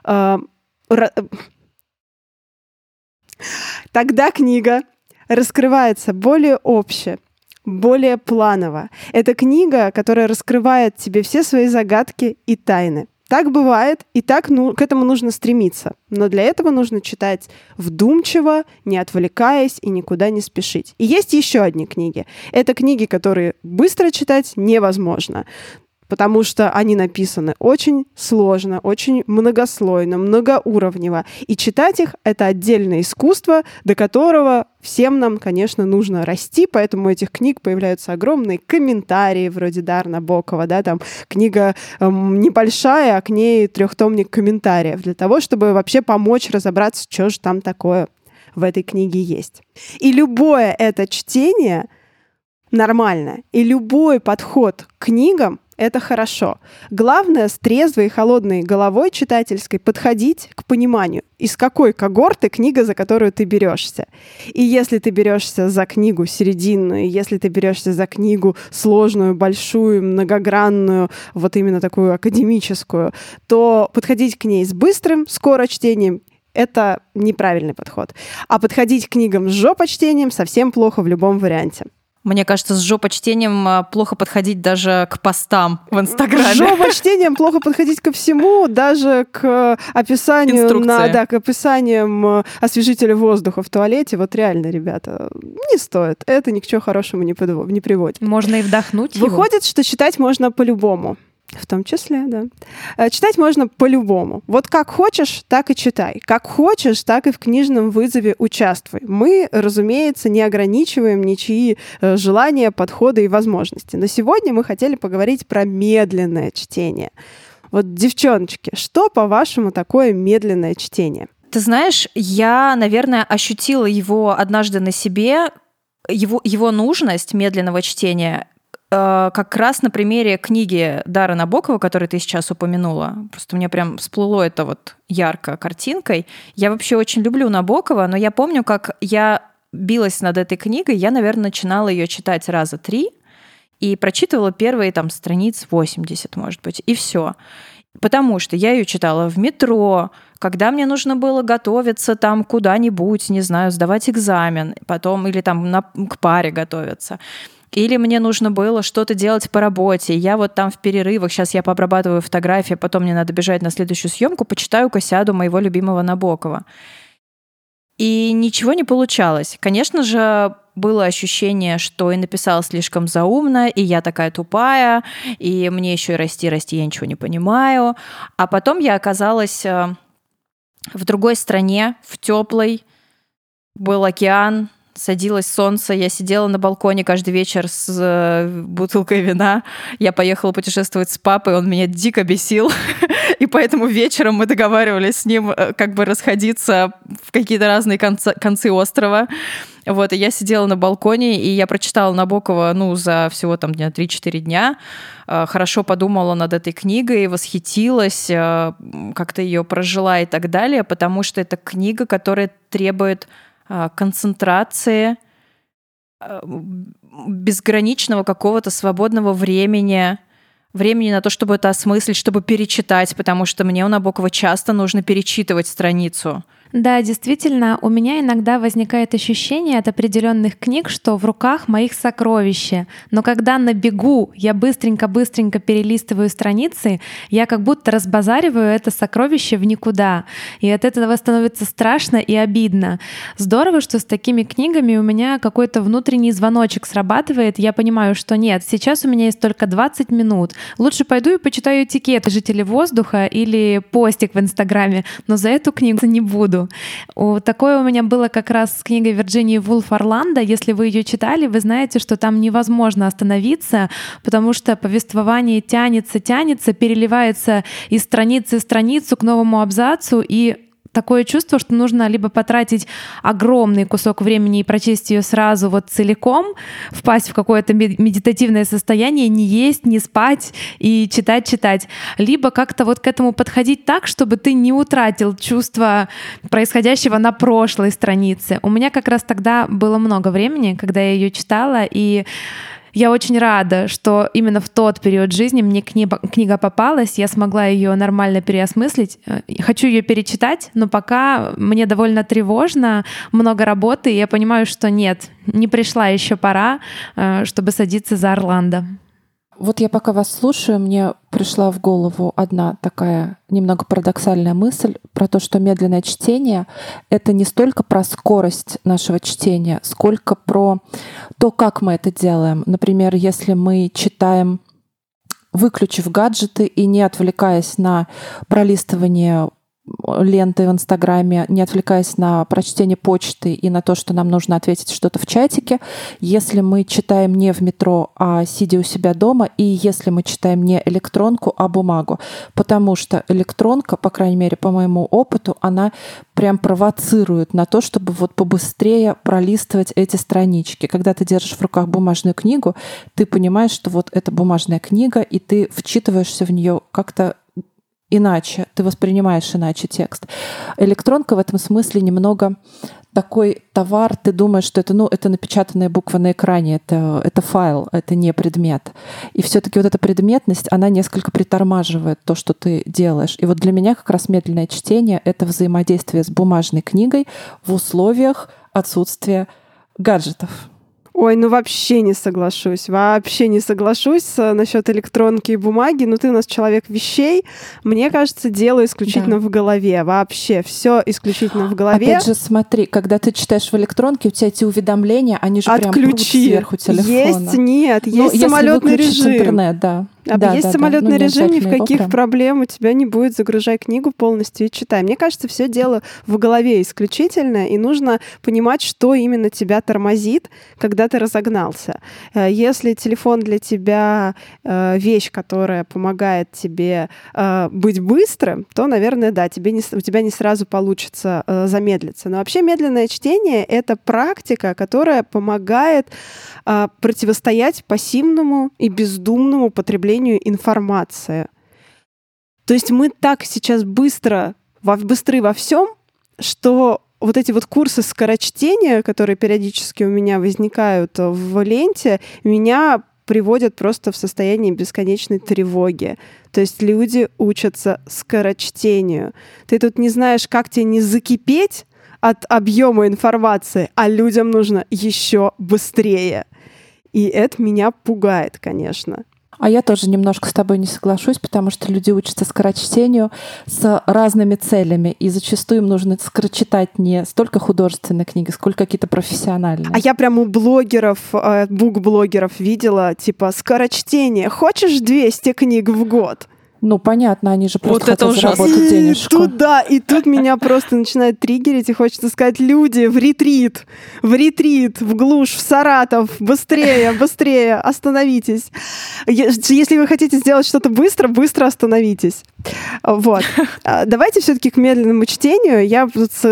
Тогда книга раскрывается более обще, более планово. Это книга, которая раскрывает тебе все свои загадки и тайны. Так бывает, и так к этому нужно стремиться. Но для этого нужно читать вдумчиво, не отвлекаясь и никуда не спешить. И есть еще одни книги. Это книги, которые быстро читать невозможно, потому что они написаны очень сложно, очень многослойно, многоуровнево. И читать их — это отдельное искусство, до которого всем нам, конечно, нужно расти, поэтому у этих книг появляются огромные комментарии, вроде Дары Набокова, да, там книга небольшая, а к ней 3-томник комментариев, для того, чтобы вообще помочь разобраться, что же там такое в этой книге есть. И любое это чтение нормально, и любой подход к книгам — это хорошо. Главное, с трезвой и холодной головой читательской подходить к пониманию, из какой когорты книга, за которую ты берешься. И если ты берешься за книгу серединную, если ты берешься за книгу сложную, большую, многогранную, вот именно такую академическую, то подходить к ней с быстрым скорочтением — это неправильный подход. А подходить к книгам с жопочтением совсем плохо в любом варианте.
Мне кажется, с жопочтением плохо подходить даже к постам в Инстаграме.
С жопочтением плохо подходить ко всему, даже к описанию, к описаниям освежителя воздуха в туалете. Вот реально, ребята, не стоит. Это ни к чему хорошему не приводит.
Можно и вдохнуть его.
Выходит, что читать можно по-любому. В том числе, да. Читать можно по-любому. Вот как хочешь, так и читай. Как хочешь, так и в книжном вызове участвуй. Мы, разумеется, не ограничиваем ничьи желания, подходы и возможности. Но сегодня мы хотели поговорить про медленное чтение. Вот, девчоночки, что, по-вашему, такое медленное чтение?
Ты знаешь, я, наверное, ощутила его однажды на себе, его нужность медленного чтения, как раз на примере книги Дары Набокова, которую ты сейчас упомянула. Просто мне прям всплыло это вот ярко картинкой. Я вообще очень люблю Набокова, но я помню, как я билась над этой книгой. Я, наверное, начинала ее читать раза 3 и прочитывала первые там страниц 80, может быть, и все. Потому что я ее читала в метро, когда мне нужно было готовиться там куда-нибудь, не знаю, сдавать экзамен, потом или там к паре готовиться. Или мне нужно было что-то делать по работе. Я вот там в перерывах, сейчас я пообрабатываю фотографии, потом мне надо бежать на следующую съемку, почитаю-ка сяду моего любимого Набокова. И ничего не получалось. Конечно же, было ощущение, что и написала слишком заумно, и я такая тупая, и мне еще и расти, я ничего не понимаю. А потом я оказалась в другой стране, в теплой, был океан, садилось солнце, я сидела на балконе каждый вечер с бутылкой вина. Я поехала путешествовать с папой, он меня дико бесил. И поэтому вечером мы договаривались с ним как бы расходиться в какие-то разные концы острова. Вот, и я сидела на балконе, и я прочитала Набокова, за всего там 3-4 дня. Хорошо подумала над этой книгой, восхитилась, как-то ее прожила и так далее, потому что это книга, которая требует концентрации, безграничного какого-то свободного времени на то, чтобы это осмыслить, чтобы перечитать, потому что мне у Набокова часто нужно перечитывать страницу
Да, действительно, у меня иногда возникает ощущение от определенных книг, что в руках моих сокровища. Но когда на бегу я быстренько-быстренько перелистываю страницы, я как будто разбазариваю это сокровище в никуда. И от этого становится страшно и обидно. Здорово, что с такими книгами у меня какой-то внутренний звоночек срабатывает. Я понимаю, что нет, сейчас у меня есть только 20 минут. Лучше пойду и почитаю этикеты «Жители воздуха» или постик в Инстаграме, но за эту книгу не буду. Такое у меня было как раз с книгой Вирджинии Вулф «Орландо». Если вы ее читали, вы знаете, что там невозможно остановиться, потому что повествование тянется, переливается из страницы в страницу к новому абзацу, и такое чувство, что нужно либо потратить огромный кусок времени и прочесть ее сразу вот целиком, впасть в какое-то медитативное состояние, не есть, не спать и читать, либо как-то вот к этому подходить так, чтобы ты не утратил чувство происходящего на прошлой странице. У меня как раз тогда было много времени, когда я ее читала, и я очень рада, что именно в тот период жизни мне книга попалась, я смогла ее нормально переосмыслить. Хочу ее перечитать, но пока мне довольно тревожно, много работы, и я понимаю, что нет, не пришла еще пора, чтобы садиться за «Орландо».
Вот я пока вас слушаю, мне пришла в голову одна такая немного парадоксальная мысль про то, что медленное чтение — это не столько про скорость нашего чтения, сколько про то, как мы это делаем. Например, если мы читаем, выключив гаджеты и не отвлекаясь на пролистывание ленты в Инстаграме, не отвлекаясь на прочтение почты и на то, что нам нужно ответить что-то в чатике, если мы читаем не в метро, а сидя у себя дома, и если мы читаем не электронку, а бумагу. Потому что электронка, по крайней мере, по моему опыту, она прям провоцирует на то, чтобы вот побыстрее пролистывать эти странички. Когда ты держишь в руках бумажную книгу, ты понимаешь, что вот это бумажная книга, и ты вчитываешься в нее как-то иначе, ты воспринимаешь иначе текст. Электронка в этом смысле немного такой товар, ты думаешь, что это напечатанная буква на экране, это файл, это не предмет. И все-таки вот эта предметность, она несколько притормаживает то, что ты делаешь. И вот для меня как раз медленное чтение — это взаимодействие с бумажной книгой в условиях отсутствия гаджетов.
Ой, вообще не соглашусь насчет электронки и бумаги. Ты у нас человек вещей. Мне кажется, дело исключительно в голове. Вообще все исключительно в голове.
Опять же, смотри, когда ты читаешь в электронке, у тебя эти уведомления, они же прям прут сверху телефона.
Есть самолетный режим.
Интернет, да.
Есть самолетный режим, ни в каких проблем у тебя не будет. Загружай книгу полностью и читай. Мне кажется, все дело в голове исключительно, и нужно понимать, что именно тебя тормозит, когда ты разогнался. Если телефон для тебя вещь, которая помогает тебе быть быстрым, то, наверное, да, у тебя не сразу получится замедлиться. Но вообще медленное чтение — это практика, которая помогает противостоять пассивному и бездумному потреблению информации. То есть мы так сейчас быстры во всем, что вот эти вот курсы скорочтения, которые периодически у меня возникают в ленте, меня приводят просто в состояние бесконечной тревоги. То есть люди учатся скорочтению. Ты тут не знаешь, как тебе не закипеть от объема информации, а людям нужно еще быстрее. И это меня пугает, конечно.
А я тоже немножко с тобой не соглашусь, потому что люди учатся скорочтению с разными целями, и зачастую им нужно скорочитать не столько художественные книги, сколько какие-то профессиональные.
А я прямо у блогеров, букблогеров видела, типа, скорочтение. Хочешь 200 книг в год?
Понятно, они же просто
вот
хотят заработать денежку.
И тут меня просто начинает триггерить, и хочется сказать: люди, в ретрит, в глушь, в Саратов, быстрее, остановитесь. Если вы хотите сделать что-то быстро остановитесь. Вот. Давайте все-таки к медленному чтению. Я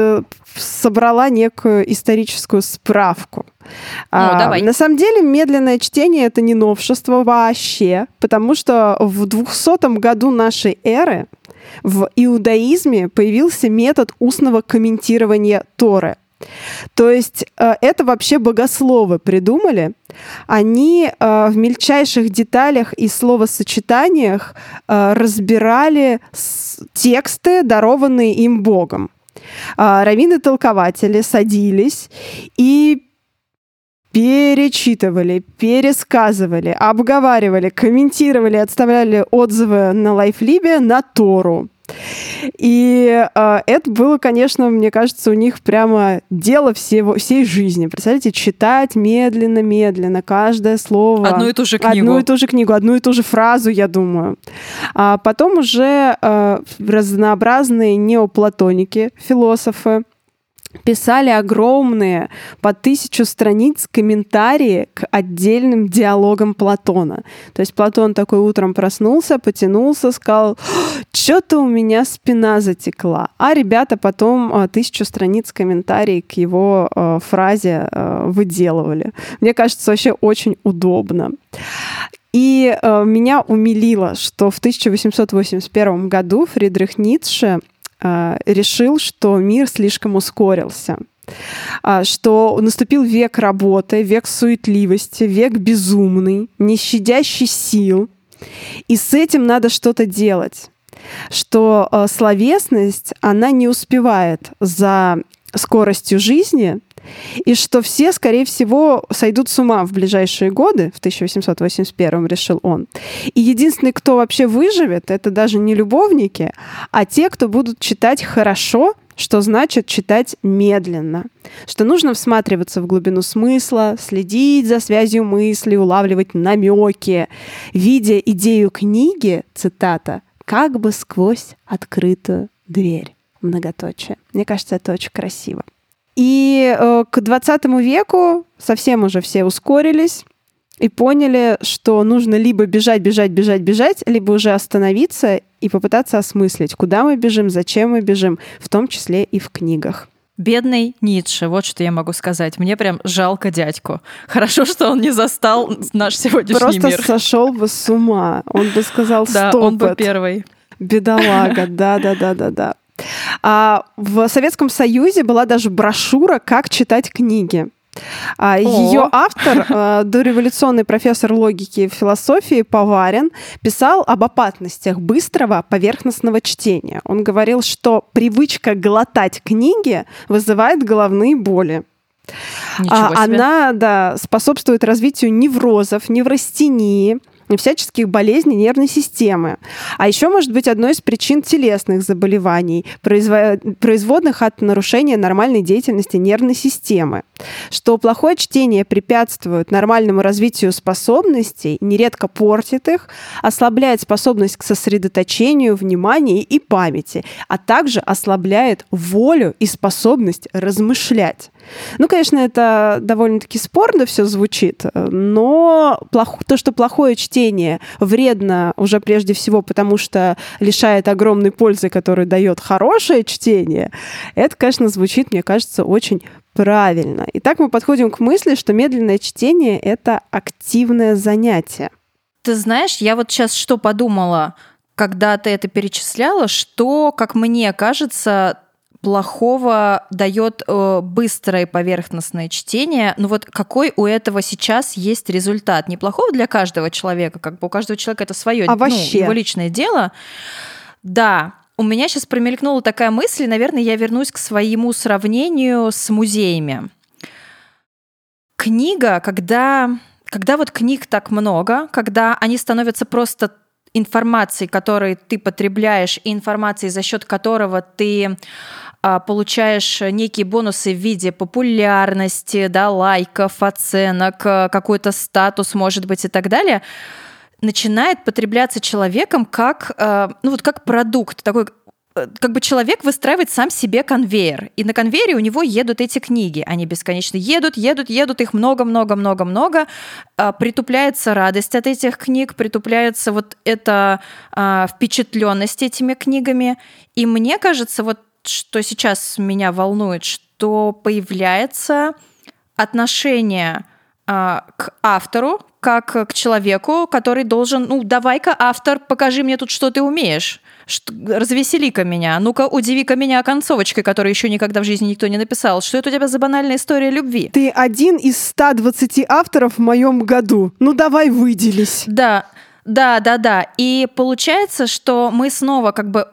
собрала некую историческую справку.
Давай.
На самом деле медленное чтение — это не новшество вообще, потому что в 200 году нашей эры в иудаизме появился метод устного комментирования Торы. То есть это вообще богословы придумали. Они в мельчайших деталях и словосочетаниях разбирали тексты, дарованные им Богом. раввины-толкователи садились и перечитывали, пересказывали, обговаривали, комментировали, отставляли отзывы на Лайфлибе на Тору. И это было, конечно, мне кажется, у них прямо дело всей жизни. Представляете, читать медленно, каждое слово.
Одну и ту же книгу.
Одну и ту же фразу, я думаю. А потом уже разнообразные неоплатоники, философы, писали огромные, по 1000 страниц, комментарии к отдельным диалогам Платона. То есть Платон такой утром проснулся, потянулся, сказал: «Что-то у меня спина затекла». А ребята потом 1000 страниц комментариев к его фразе выделывали. Мне кажется, вообще очень удобно. И меня умилило, что в 1881 году Фридрих Ницше решил, что мир слишком ускорился, что наступил век работы, век суетливости, век безумный, не щадящий сил, и с этим надо что-то делать, что словесность, она не успевает за скоростью жизни, и что все, скорее всего, сойдут с ума в ближайшие годы, в 1881 решил он. И единственный, кто вообще выживет, это даже не любовники, а те, кто будут читать хорошо, что значит читать медленно, что нужно всматриваться в глубину смысла, следить за связью мысли, улавливать намеки, видя идею книги, цитата, как бы сквозь открытую дверь, многоточие. Мне кажется, это очень красиво. И к 20 веку совсем уже все ускорились и поняли, что нужно либо бежать, либо уже остановиться и попытаться осмыслить, куда мы бежим, зачем мы бежим, в том числе и в книгах.
Бедный Ницше, вот что я могу сказать. Мне прям жалко дядьку. Хорошо, что он не застал наш сегодняшний мир.
Просто сошел бы с ума. Он бы сказал: «Стоп».
Да, он бы первый.
Бедолага, да. А в Советском Союзе была даже брошюра «Как читать книги». Ее автор, дореволюционный профессор логики и философии Поварин, писал об опасностях быстрого поверхностного чтения. Он говорил, что привычка глотать книги вызывает головные боли. Она способствует развитию неврозов, неврастении, и всяческих болезней нервной системы. А еще может быть одной из причин телесных заболеваний, производных от нарушения нормальной деятельности нервной системы. Что плохое чтение препятствует нормальному развитию способностей, нередко портит их, ослабляет способность к сосредоточению, вниманию и памяти, а также ослабляет волю и способность размышлять. Ну, конечно, это довольно-таки спорно все звучит, но то, что плохое чтение вредно уже прежде всего, потому что лишает огромной пользы, которую дает хорошее чтение, это, конечно, звучит, мне кажется, очень правильно. Итак, мы подходим к мысли, что медленное чтение — это активное занятие.
Ты знаешь, я вот сейчас что подумала, когда ты это перечисляла, что, как мне кажется, плохого дает быстрое поверхностное чтение. Ну вот какой у этого сейчас есть результат? Неплохого для каждого человека, как бы у каждого человека это свое, его личное дело. Да, у меня сейчас промелькнула такая мысль, наверное, я вернусь к своему сравнению с музеями. Книга, когда вот книг так много, когда они становятся просто информацией, которую ты потребляешь, и информацией, за счет которого ты получаешь некие бонусы в виде популярности, да, лайков, оценок, какой-то статус, может быть, и так далее, начинает потребляться человеком как продукт, такой, как бы человек выстраивает сам себе конвейер, и на конвейере у него едут эти книги, они бесконечно едут, их много, притупляется радость от этих книг, притупляется вот эта впечатленность этими книгами, и мне кажется, вот что сейчас меня волнует, что появляется отношение к автору, как к человеку, который должен, давай-ка, автор, покажи мне тут, что ты умеешь, развесели-ка меня, ну-ка, удиви-ка меня концовочкой, которую еще никогда в жизни никто не написал. Что это у тебя за банальная история любви?
Ты один из 120 авторов в моем году. Ну, давай выделись.
Да. И получается, что мы снова как бы от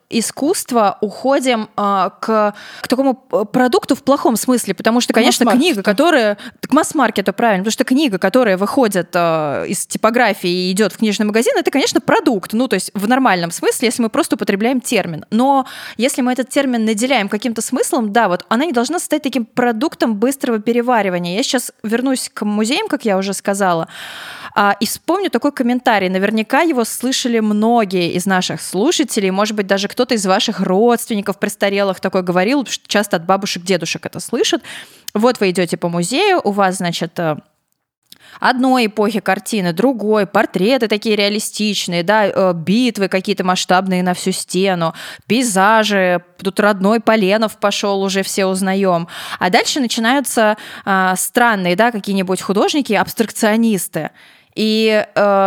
искусства уходим к такому продукту в плохом смысле, потому что, конечно, книга, которая... К масс-маркету, правильно, потому что книга, которая выходит из типографии и идет в книжный магазин, это, конечно, продукт, то есть в нормальном смысле, если мы просто употребляем термин. Но если мы этот термин наделяем каким-то смыслом, да, вот она не должна стать таким продуктом быстрого переваривания. Я сейчас вернусь к музеям, как я уже сказала, и вспомню такой комментарий. Наверняка его слышали многие из наших слушателей, может быть, даже кто-то из ваших родственников престарелых такой говорил, что часто от бабушек, дедушек это слышат. Вот вы идете по музею, у вас, значит, одной эпохи картины, другой, портреты такие реалистичные, да, битвы какие-то масштабные на всю стену, пейзажи, тут родной Поленов пошел, уже все узнаем. А дальше начинаются странные, да, какие-нибудь художники, абстракционисты. И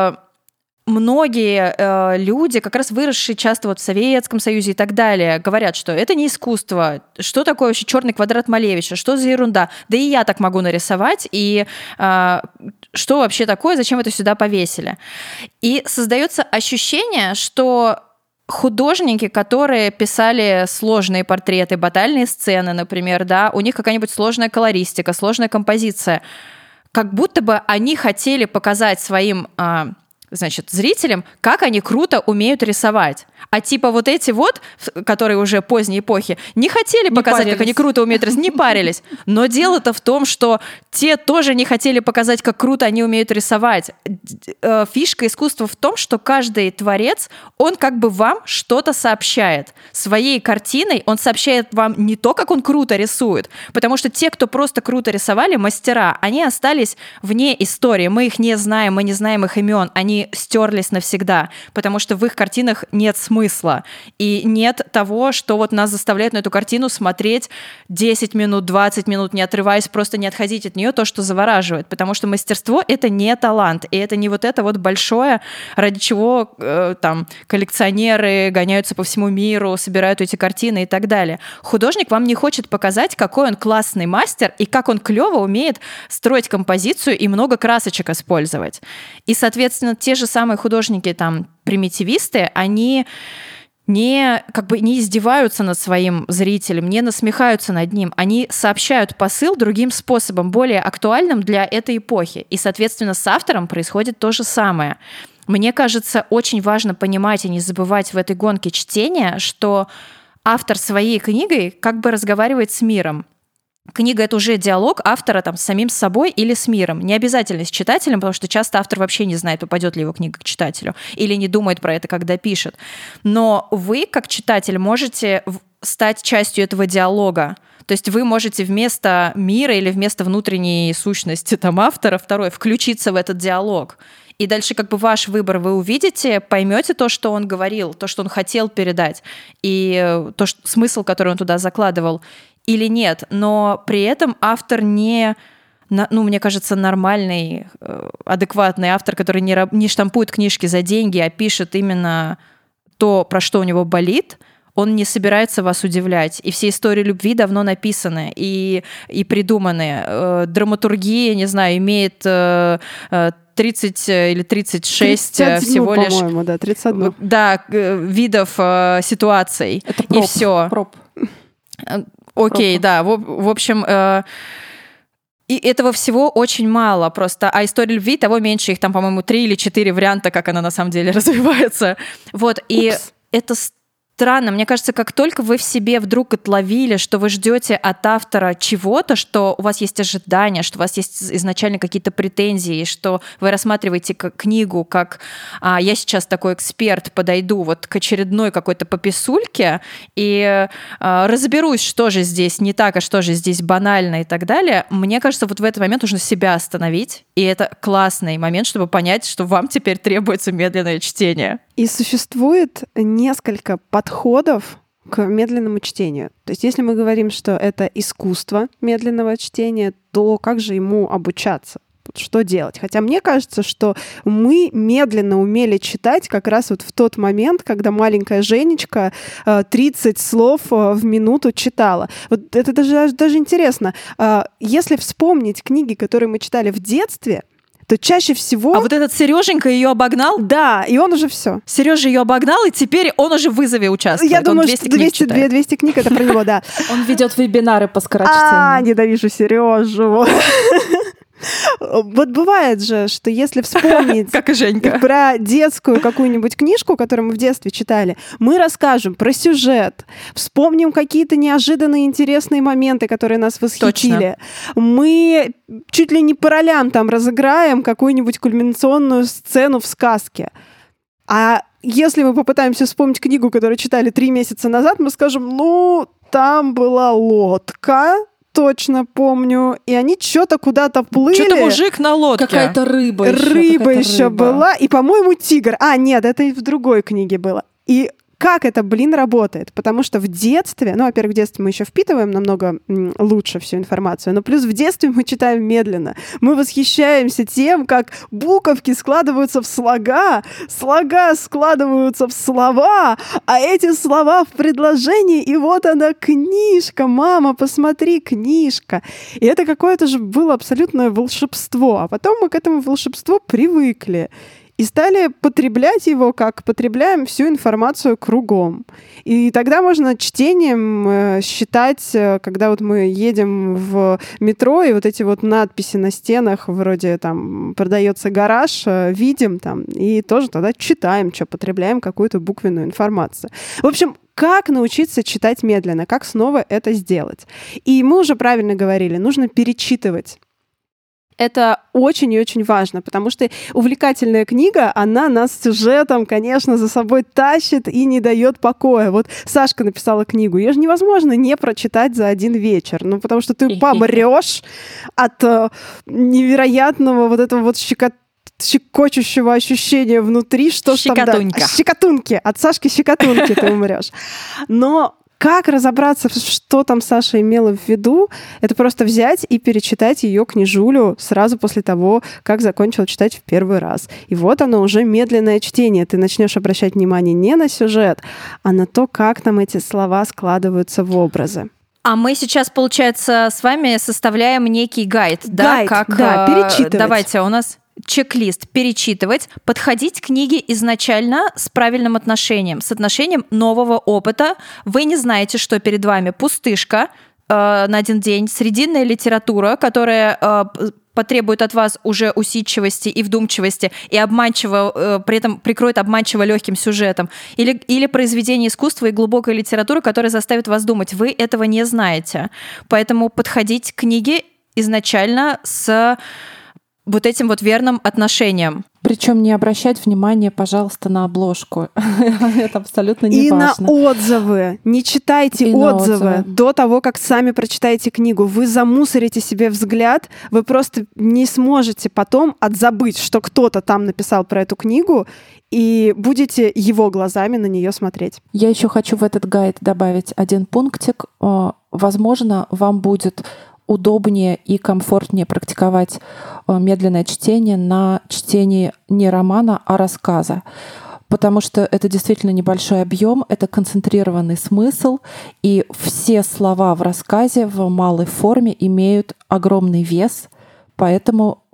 многие люди, как раз выросшие часто вот в Советском Союзе и так далее, говорят, что это не искусство. Что такое вообще черный квадрат Малевича? Что за ерунда? Да и я так могу нарисовать. И что вообще такое? Зачем это сюда повесили? И создается ощущение, что художники, которые писали сложные портреты, батальные сцены, например, да, у них какая-нибудь сложная колористика, сложная композиция, как будто бы они хотели показать своим зрителям, как они круто умеют рисовать. А типа вот эти вот, которые уже поздней эпохи, не хотели показать, как они круто умеют рисовать, не парились. Но дело-то в том, что те тоже не хотели показать, как круто они умеют рисовать. Фишка искусства в том, что каждый творец, он как бы вам что-то сообщает. Своей картиной он сообщает вам не то, как он круто рисует, потому что те, кто просто круто рисовали, мастера, они остались вне истории. Мы их не знаем, мы не знаем их имен, они стерлись навсегда, потому что в их картинах нет смысла. И нет того, что вот нас заставляет на эту картину смотреть 10 минут, 20 минут, не отрываясь, просто не отходить от нее, то, что завораживает. Потому что мастерство — это не талант, и это не вот это вот большое, ради чего там коллекционеры гоняются по всему миру, собирают эти картины и так далее. Художник вам не хочет показать, какой он классный мастер и как он клево умеет строить композицию и много красочек использовать. И, соответственно, те же самые художники, там, примитивисты, они не издеваются над своим зрителем, не насмехаются над ним. Они сообщают посыл другим способом, более актуальным для этой эпохи. И, соответственно, с автором происходит то же самое. Мне кажется, очень важно понимать и не забывать в этой гонке чтения, что автор своей книгой как бы разговаривает с миром. Книга — это уже диалог автора там с самим собой или с миром. Не обязательно с читателем, потому что часто автор вообще не знает, попадет ли его книга к читателю, или не думает про это, когда пишет. Но вы, как читатель, можете стать частью этого диалога. То есть вы можете вместо мира или вместо внутренней сущности там, автора второй включиться в этот диалог. И дальше как бы ваш выбор вы увидите, поймете то, что он говорил, то, что он хотел передать, и смысл, который он туда закладывал, или нет. Но при этом автор не, мне кажется, нормальный, адекватный автор, который не штампует книжки за деньги, а пишет именно то, про что у него болит, он не собирается вас удивлять. И все истории любви давно написаны и придуманы. Драматургия, не знаю, имеет 30 или 36 всего лишь...
по-моему, да, 31.
Да, видов ситуаций.
Это проб,
и все. Окей, да. В общем... И этого всего очень мало просто. А история любви того меньше. Их там, по-моему, 3 или 4 варианта, как она на самом деле развивается. Вот. И это странно. Мне кажется, как только вы в себе вдруг отловили, что вы ждете от автора чего-то, что у вас есть ожидания, что у вас есть изначально какие-то претензии, что вы рассматриваете книгу как я сейчас такой эксперт, подойду вот к очередной какой-то пописульке и разберусь, что же здесь не так, а что же здесь банально и так далее. Мне кажется, вот в этот момент нужно себя остановить, и это классный момент, чтобы понять, что вам теперь требуется медленное чтение.
И существует несколько подходов к медленному чтению. То есть если мы говорим, что это искусство медленного чтения, то как же ему обучаться? Что делать? Хотя мне кажется, что мы медленно умели читать как раз вот в тот момент, когда маленькая Женечка 30 слов в минуту читала. Вот это даже интересно. Если вспомнить книги, которые мы читали в детстве, то чаще всего...
А вот этот Сереженька ее обогнал?
Да, и он уже все.
Сережа ее обогнал, и теперь он уже в вызове участвует.
Я думаю, что 200 книг это про него, да.
Он ведет вебинары по скорочтению.
Ненавижу Сережу. Вот бывает же, что если вспомнить
как и Женька,
про детскую какую-нибудь книжку, которую мы в детстве читали, мы расскажем про сюжет, вспомним какие-то неожиданные интересные моменты, которые нас восхитили. Точно. Мы чуть ли не по ролям там разыграем какую-нибудь кульминационную сцену в сказке. А если мы попытаемся вспомнить книгу, которую читали 3 месяца назад, мы скажем, там была лодка, точно помню. И они что-то куда-то плыли.
Что-то мужик на лодке.
Какая-то рыба еще.
Рыба еще была. И, по-моему, тигр. Нет, это и в другой книге было. И как это, работает? Потому что в детстве, во-первых, в детстве мы еще впитываем намного лучше всю информацию, но плюс в детстве мы читаем медленно. Мы восхищаемся тем, как буковки складываются в слога складываются в слова, а эти слова в предложении, и вот она книжка, мама, посмотри, книжка. И это какое-то же было абсолютное волшебство. А потом мы к этому волшебству привыкли. И стали потреблять его, как потребляем всю информацию кругом. И тогда можно чтением считать, когда вот мы едем в метро, и вот эти вот надписи на стенах, вроде там «продается гараж», видим там, и тоже тогда читаем, что потребляем какую-то буквенную информацию. В общем, как научиться читать медленно, как снова это сделать? И мы уже правильно говорили, нужно перечитывать. Это очень и очень важно, потому что увлекательная книга, она нас сюжетом, конечно, за собой тащит и не дает покоя. Вот Сашка написала книгу, ее же невозможно не прочитать за один вечер, потому что ты помрешь от невероятного вот этого вот щекочущего ощущения внутри, что ж там... Щекотунки. От Сашки щекотунки ты умрешь. Но как разобраться, что там Саша имела в виду, это просто взять и перечитать ее книжулю сразу после того, как закончила читать в первый раз. И вот оно уже медленное чтение. Ты начнешь обращать внимание не на сюжет, а на то, как там эти слова складываются в образы.
А мы сейчас, получается, с вами составляем некий гайд, да?
Перечитывать.
Давайте, у нас... чек-лист перечитывать, подходить к книге изначально с правильным отношением, с отношением нового опыта. Вы не знаете, что перед вами пустышка на один день, срединная литература, которая потребует от вас уже усидчивости и вдумчивости и обманчиво, при этом прикроет обманчиво легким сюжетом, или произведение искусства и глубокой литературы, которая заставит вас думать. Вы этого не знаете. Поэтому подходить к книге изначально с вот этим вот верным отношением.
Причем не обращать внимания, пожалуйста, на обложку. Это абсолютно не важно.
И на отзывы. Не читайте отзывы до того, как сами прочитаете книгу. Вы замусорите себе взгляд, вы просто не сможете потом отзабыть, что кто-то там написал про эту книгу, и будете его глазами на нее смотреть.
Я еще хочу в этот гайд добавить один пунктик. Возможно, вам будет удобнее и комфортнее практиковать медленное чтение на чтении не романа, а рассказа. Потому что это действительно небольшой объем, это концентрированный смысл, и все слова в рассказе в малой форме имеют огромный вес, поэтому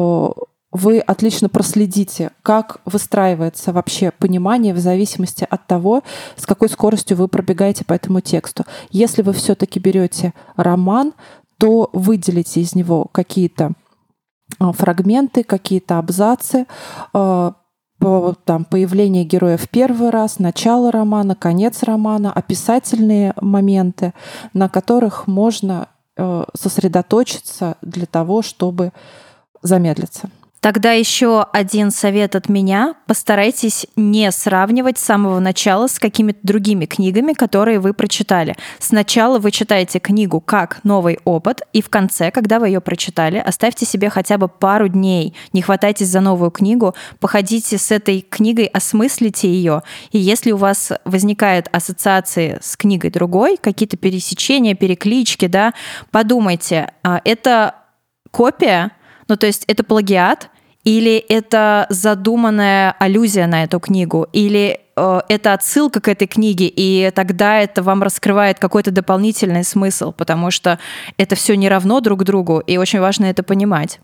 вы отлично проследите, как выстраивается вообще понимание в зависимости от того, с какой скоростью вы пробегаете по этому тексту. Если вы все-таки берете роман, то выделите из него какие-то фрагменты, какие-то абзацы, там, появление героя в первый раз, начало романа, конец романа, описательные моменты, на которых можно сосредоточиться для того, чтобы замедлиться.
Тогда еще один совет от меня. Постарайтесь не сравнивать с самого начала с какими-то другими книгами, которые вы прочитали. Сначала вы читаете книгу как новый опыт, и в конце, когда вы ее прочитали, оставьте себе хотя бы пару дней. Не хватайтесь за новую книгу, походите с этой книгой, осмыслите ее. И если у вас возникают ассоциации с книгой другой, какие-то пересечения, переклички, да, подумайте, это копия, то есть это плагиат, или это задуманная аллюзия на эту книгу, или это отсылка к этой книге, и тогда это вам раскрывает какой-то дополнительный смысл, потому что это все не равно друг другу, и очень важно это понимать.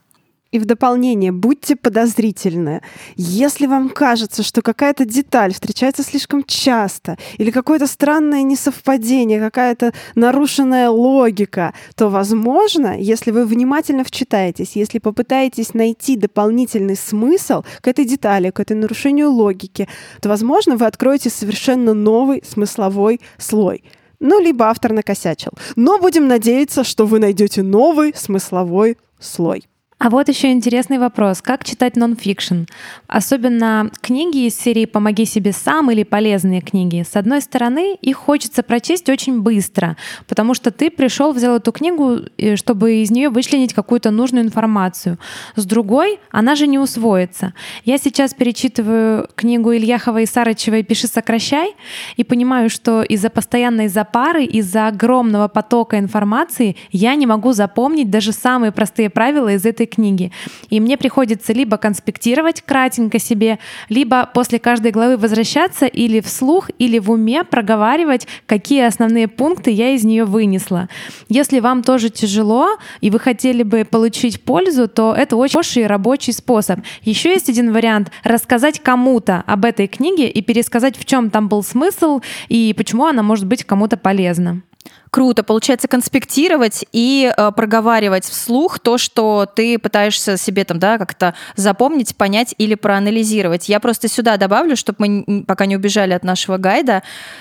И в дополнение, будьте подозрительны. Если вам кажется, что какая-то деталь встречается слишком часто, или какое-то странное несовпадение, какая-то нарушенная логика, то, возможно, если вы внимательно вчитаетесь, если попытаетесь найти дополнительный смысл к этой детали, к этой нарушению логики, то, возможно, вы откроете совершенно новый смысловой слой. Ну, либо автор накосячил. Но будем надеяться, что вы найдете новый смысловой слой.
А вот еще интересный вопрос. Как читать нон-фикшн? Особенно книги из серии «Помоги себе сам» или полезные книги. С одной стороны, их хочется прочесть очень быстро, потому что ты пришел, взял эту книгу, чтобы из нее вычленить какую-то нужную информацию. С другой, она же не усвоится. Я сейчас перечитываю книгу Ильяхова и Сарычевой «Пиши, сокращай» и понимаю, что из-за постоянной запары, из-за огромного потока информации я не могу запомнить даже самые простые правила из этой книги. И мне приходится либо конспектировать кратенько себе, либо после каждой главы возвращаться или вслух, или в уме проговаривать, какие основные пункты я из нее вынесла. Если вам тоже тяжело, и вы хотели бы получить пользу, то это очень хороший рабочий способ. Еще есть один вариант — рассказать кому-то об этой книге и пересказать, в чем там был смысл и почему она может быть кому-то полезна.
Круто. Получается конспектировать и проговаривать вслух то, что ты пытаешься себе там, да, как-то запомнить, понять или проанализировать. Я просто сюда добавлю, чтобы мы пока не убежали от нашего гайда,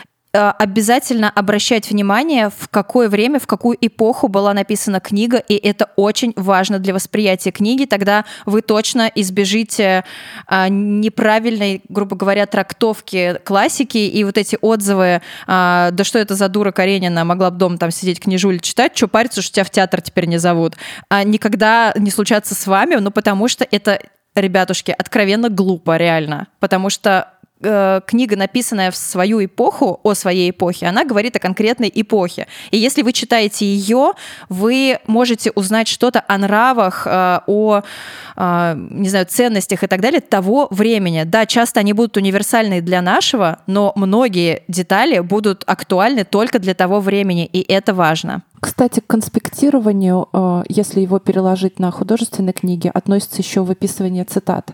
обязательно обращать внимание, в какое время, в какую эпоху была написана книга, и это очень важно для восприятия книги. Тогда вы точно избежите неправильной, грубо говоря, трактовки классики, и вот эти отзывы, да что это за дура Каренина, могла бы дома там сидеть, книжуль читать, что париться, что тебя в театр теперь не зовут. Никогда не случатся с вами, ну потому что это, ребятушки, откровенно глупо, реально, потому что книга, написанная в свою эпоху, о своей эпохе, она говорит о конкретной эпохе. И если вы читаете ее, вы можете узнать что-то о нравах, о, не знаю, ценностях и так далее того времени. Да, часто они будут универсальны для нашего, но многие детали будут актуальны только для того времени, и это важно.
Кстати, к конспектированию, если его переложить на художественные книги, относится еще выписывание цитат.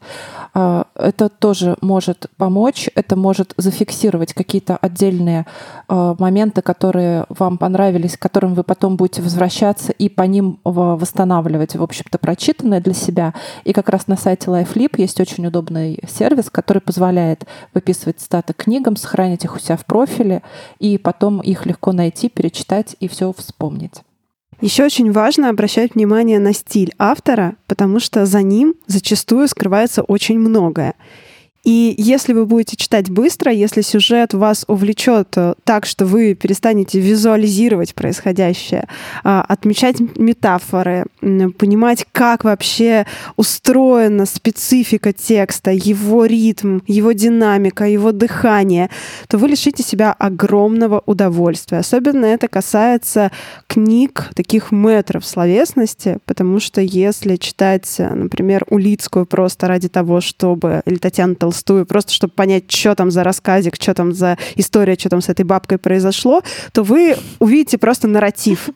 Это тоже может помочь, это может зафиксировать какие-то отдельные моменты, которые вам понравились, к которым вы потом будете возвращаться и по ним восстанавливать, в общем-то, прочитанное для себя. И как раз на сайте LifeLib есть очень удобный сервис, который позволяет выписывать цитаты к книгам, сохранить их у себя в профиле, и потом их легко найти, перечитать и все вспомнить.
Еще очень важно обращать внимание на стиль автора, потому что за ним зачастую скрывается очень многое. И если вы будете читать быстро, если сюжет вас увлечет так, что вы перестанете визуализировать происходящее, отмечать метафоры, понимать, как вообще устроена специфика текста, его ритм, его динамика, его дыхание, то вы лишите себя огромного удовольствия. Особенно это касается книг, таких мэтров словесности, потому что если читать, например, Улицкую просто ради того, чтобы, или Татьяну Толстую, просто чтобы понять, что там за рассказик, что там за история, что там с этой бабкой произошло, то вы увидите просто нарратив.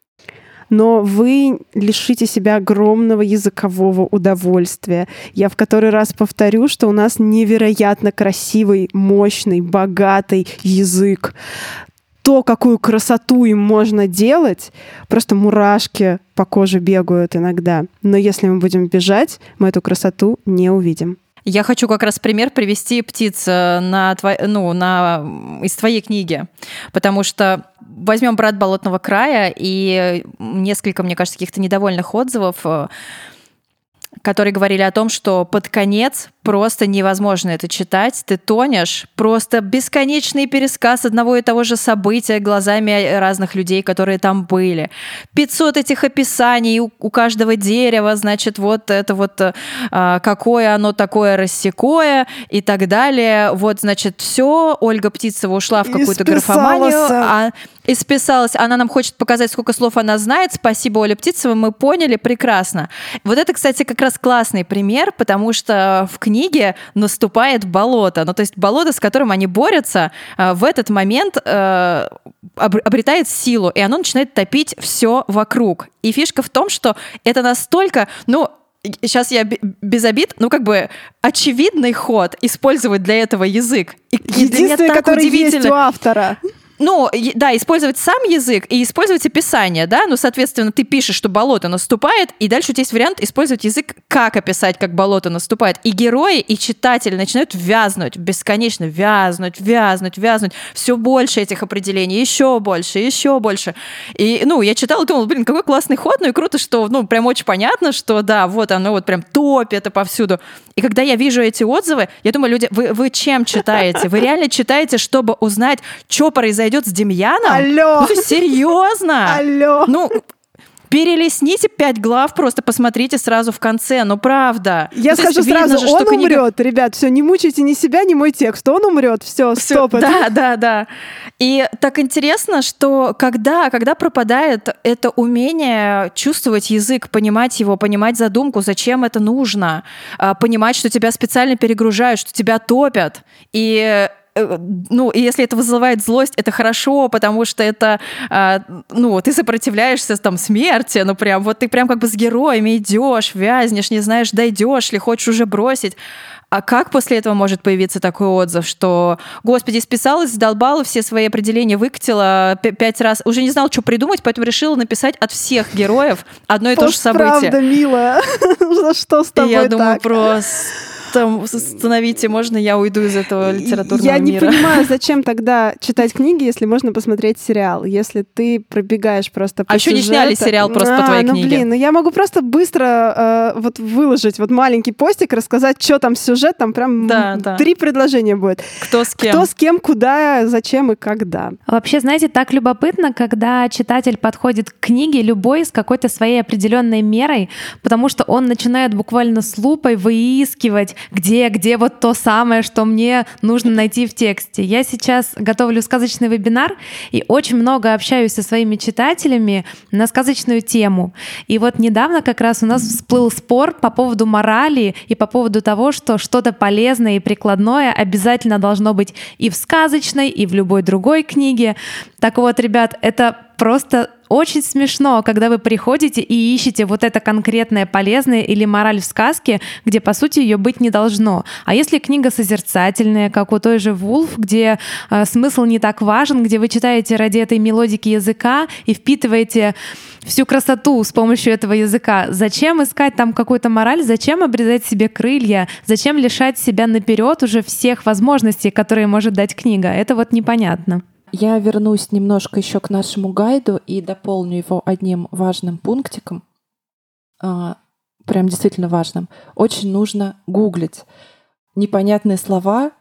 Но вы лишите себя огромного языкового удовольствия. Я в который раз повторю, что у нас невероятно красивый, мощный, богатый язык. То, какую красоту им можно делать, просто мурашки по коже бегают иногда. Но если мы будем бежать, мы эту красоту не увидим.
Я хочу как раз пример привести, птиц, из твоей книги, потому что возьмем «Брат болотного края» и несколько, мне кажется, каких-то недовольных отзывов, которые говорили о том, что под конец просто невозможно это читать, ты тонешь, просто бесконечный пересказ одного и того же события глазами разных людей, которые там были. 500 этих описаний у каждого дерева, значит, вот это вот какое оно такое рассекое и так далее. Вот, значит, все, Ольга Птицева ушла в какую-то графоманию, исписалась. Она нам хочет показать, сколько слов она знает. Спасибо, Оля Птицева, мы поняли, прекрасно. Вот это, кстати, как раз классный пример, потому что в книге наступает болото. Ну, то есть болото, с которым они борются, в этот момент обретает силу, и оно начинает топить все вокруг. И фишка в том, что это настолько, сейчас я без обид, очевидный ход использовать для этого язык.
Единственный, который есть у автора.
Использовать сам язык и использовать описание, да, соответственно, ты пишешь, что болото наступает, и дальше у тебя есть вариант использовать язык, как описать, как болото наступает. И герои, и читатели начинают вязнуть, бесконечно вязнуть, все больше этих определений, еще больше. И, я читала и думала, какой классный ход, и круто, что, прям очень понятно, что, да, вот оно вот прям топит это повсюду. И когда я вижу эти отзывы, я думаю, люди, вы чем читаете? Вы реально читаете, чтобы узнать, что произойдет с Демьяном?
Алло!
Серьезно?
Алло!
Перелистните 5 глав, просто посмотрите сразу в конце, правда.
Я скажу сразу, он умрет, ребят, все, не мучайте ни себя, ни мой текст, он умрет, все, стоп.
Да. И так интересно, что когда пропадает это умение чувствовать язык, понимать его, понимать задумку, зачем это нужно, понимать, что тебя специально перегружают, что тебя топят, и если это вызывает злость, это хорошо, потому что это, ты сопротивляешься смерти, ты прям с героями идешь, вязнешь, не знаешь, дойдешь ли, хочешь уже бросить. А как после этого может появиться такой отзыв, что, господи, списалась, задолбала, все свои определения выкатила 5 раз, уже не знала, что придумать, поэтому решила написать от всех героев одно и то же событие.
Правда, милая. За что с тобой так?
Я думаю, просто... Остановите, можно я уйду из этого литературного мира?
Я не понимаю, зачем тогда читать книги, если можно посмотреть сериал, если ты пробегаешь просто по сюжету.
Еще не сняли сериал просто по твоей книге.
Я могу просто быстро выложить маленький постик, рассказать, что там сюжет, там прям 3 предложения будет.
Кто с кем,
куда, зачем и когда.
Вообще, знаете, так любопытно, когда читатель подходит к книге любой с какой-то своей определенной мерой, потому что он начинает буквально с лупой выискивать, где вот то самое, что мне нужно найти в тексте. Я сейчас готовлю сказочный вебинар и очень много общаюсь со своими читателями на сказочную тему. И вот недавно как раз у нас всплыл спор по поводу морали и по поводу того, что что-то полезное и прикладное обязательно должно быть и в сказочной, и в любой другой книге. Так вот, ребят, это просто очень смешно, когда вы приходите и ищете вот это конкретное полезное или мораль в сказке, где, по сути, ее быть не должно. А если книга созерцательная, как у той же Вулф, где смысл не так важен, где вы читаете ради этой мелодики языка и впитываете всю красоту с помощью этого языка, зачем искать там какую-то мораль, зачем обрезать себе крылья, зачем лишать себя наперед уже всех возможностей, которые может дать книга? Это вот непонятно.
Я вернусь немножко еще к нашему гайду и дополню его одним важным пунктиком, прям действительно важным. Очень нужно гуглить непонятные слова,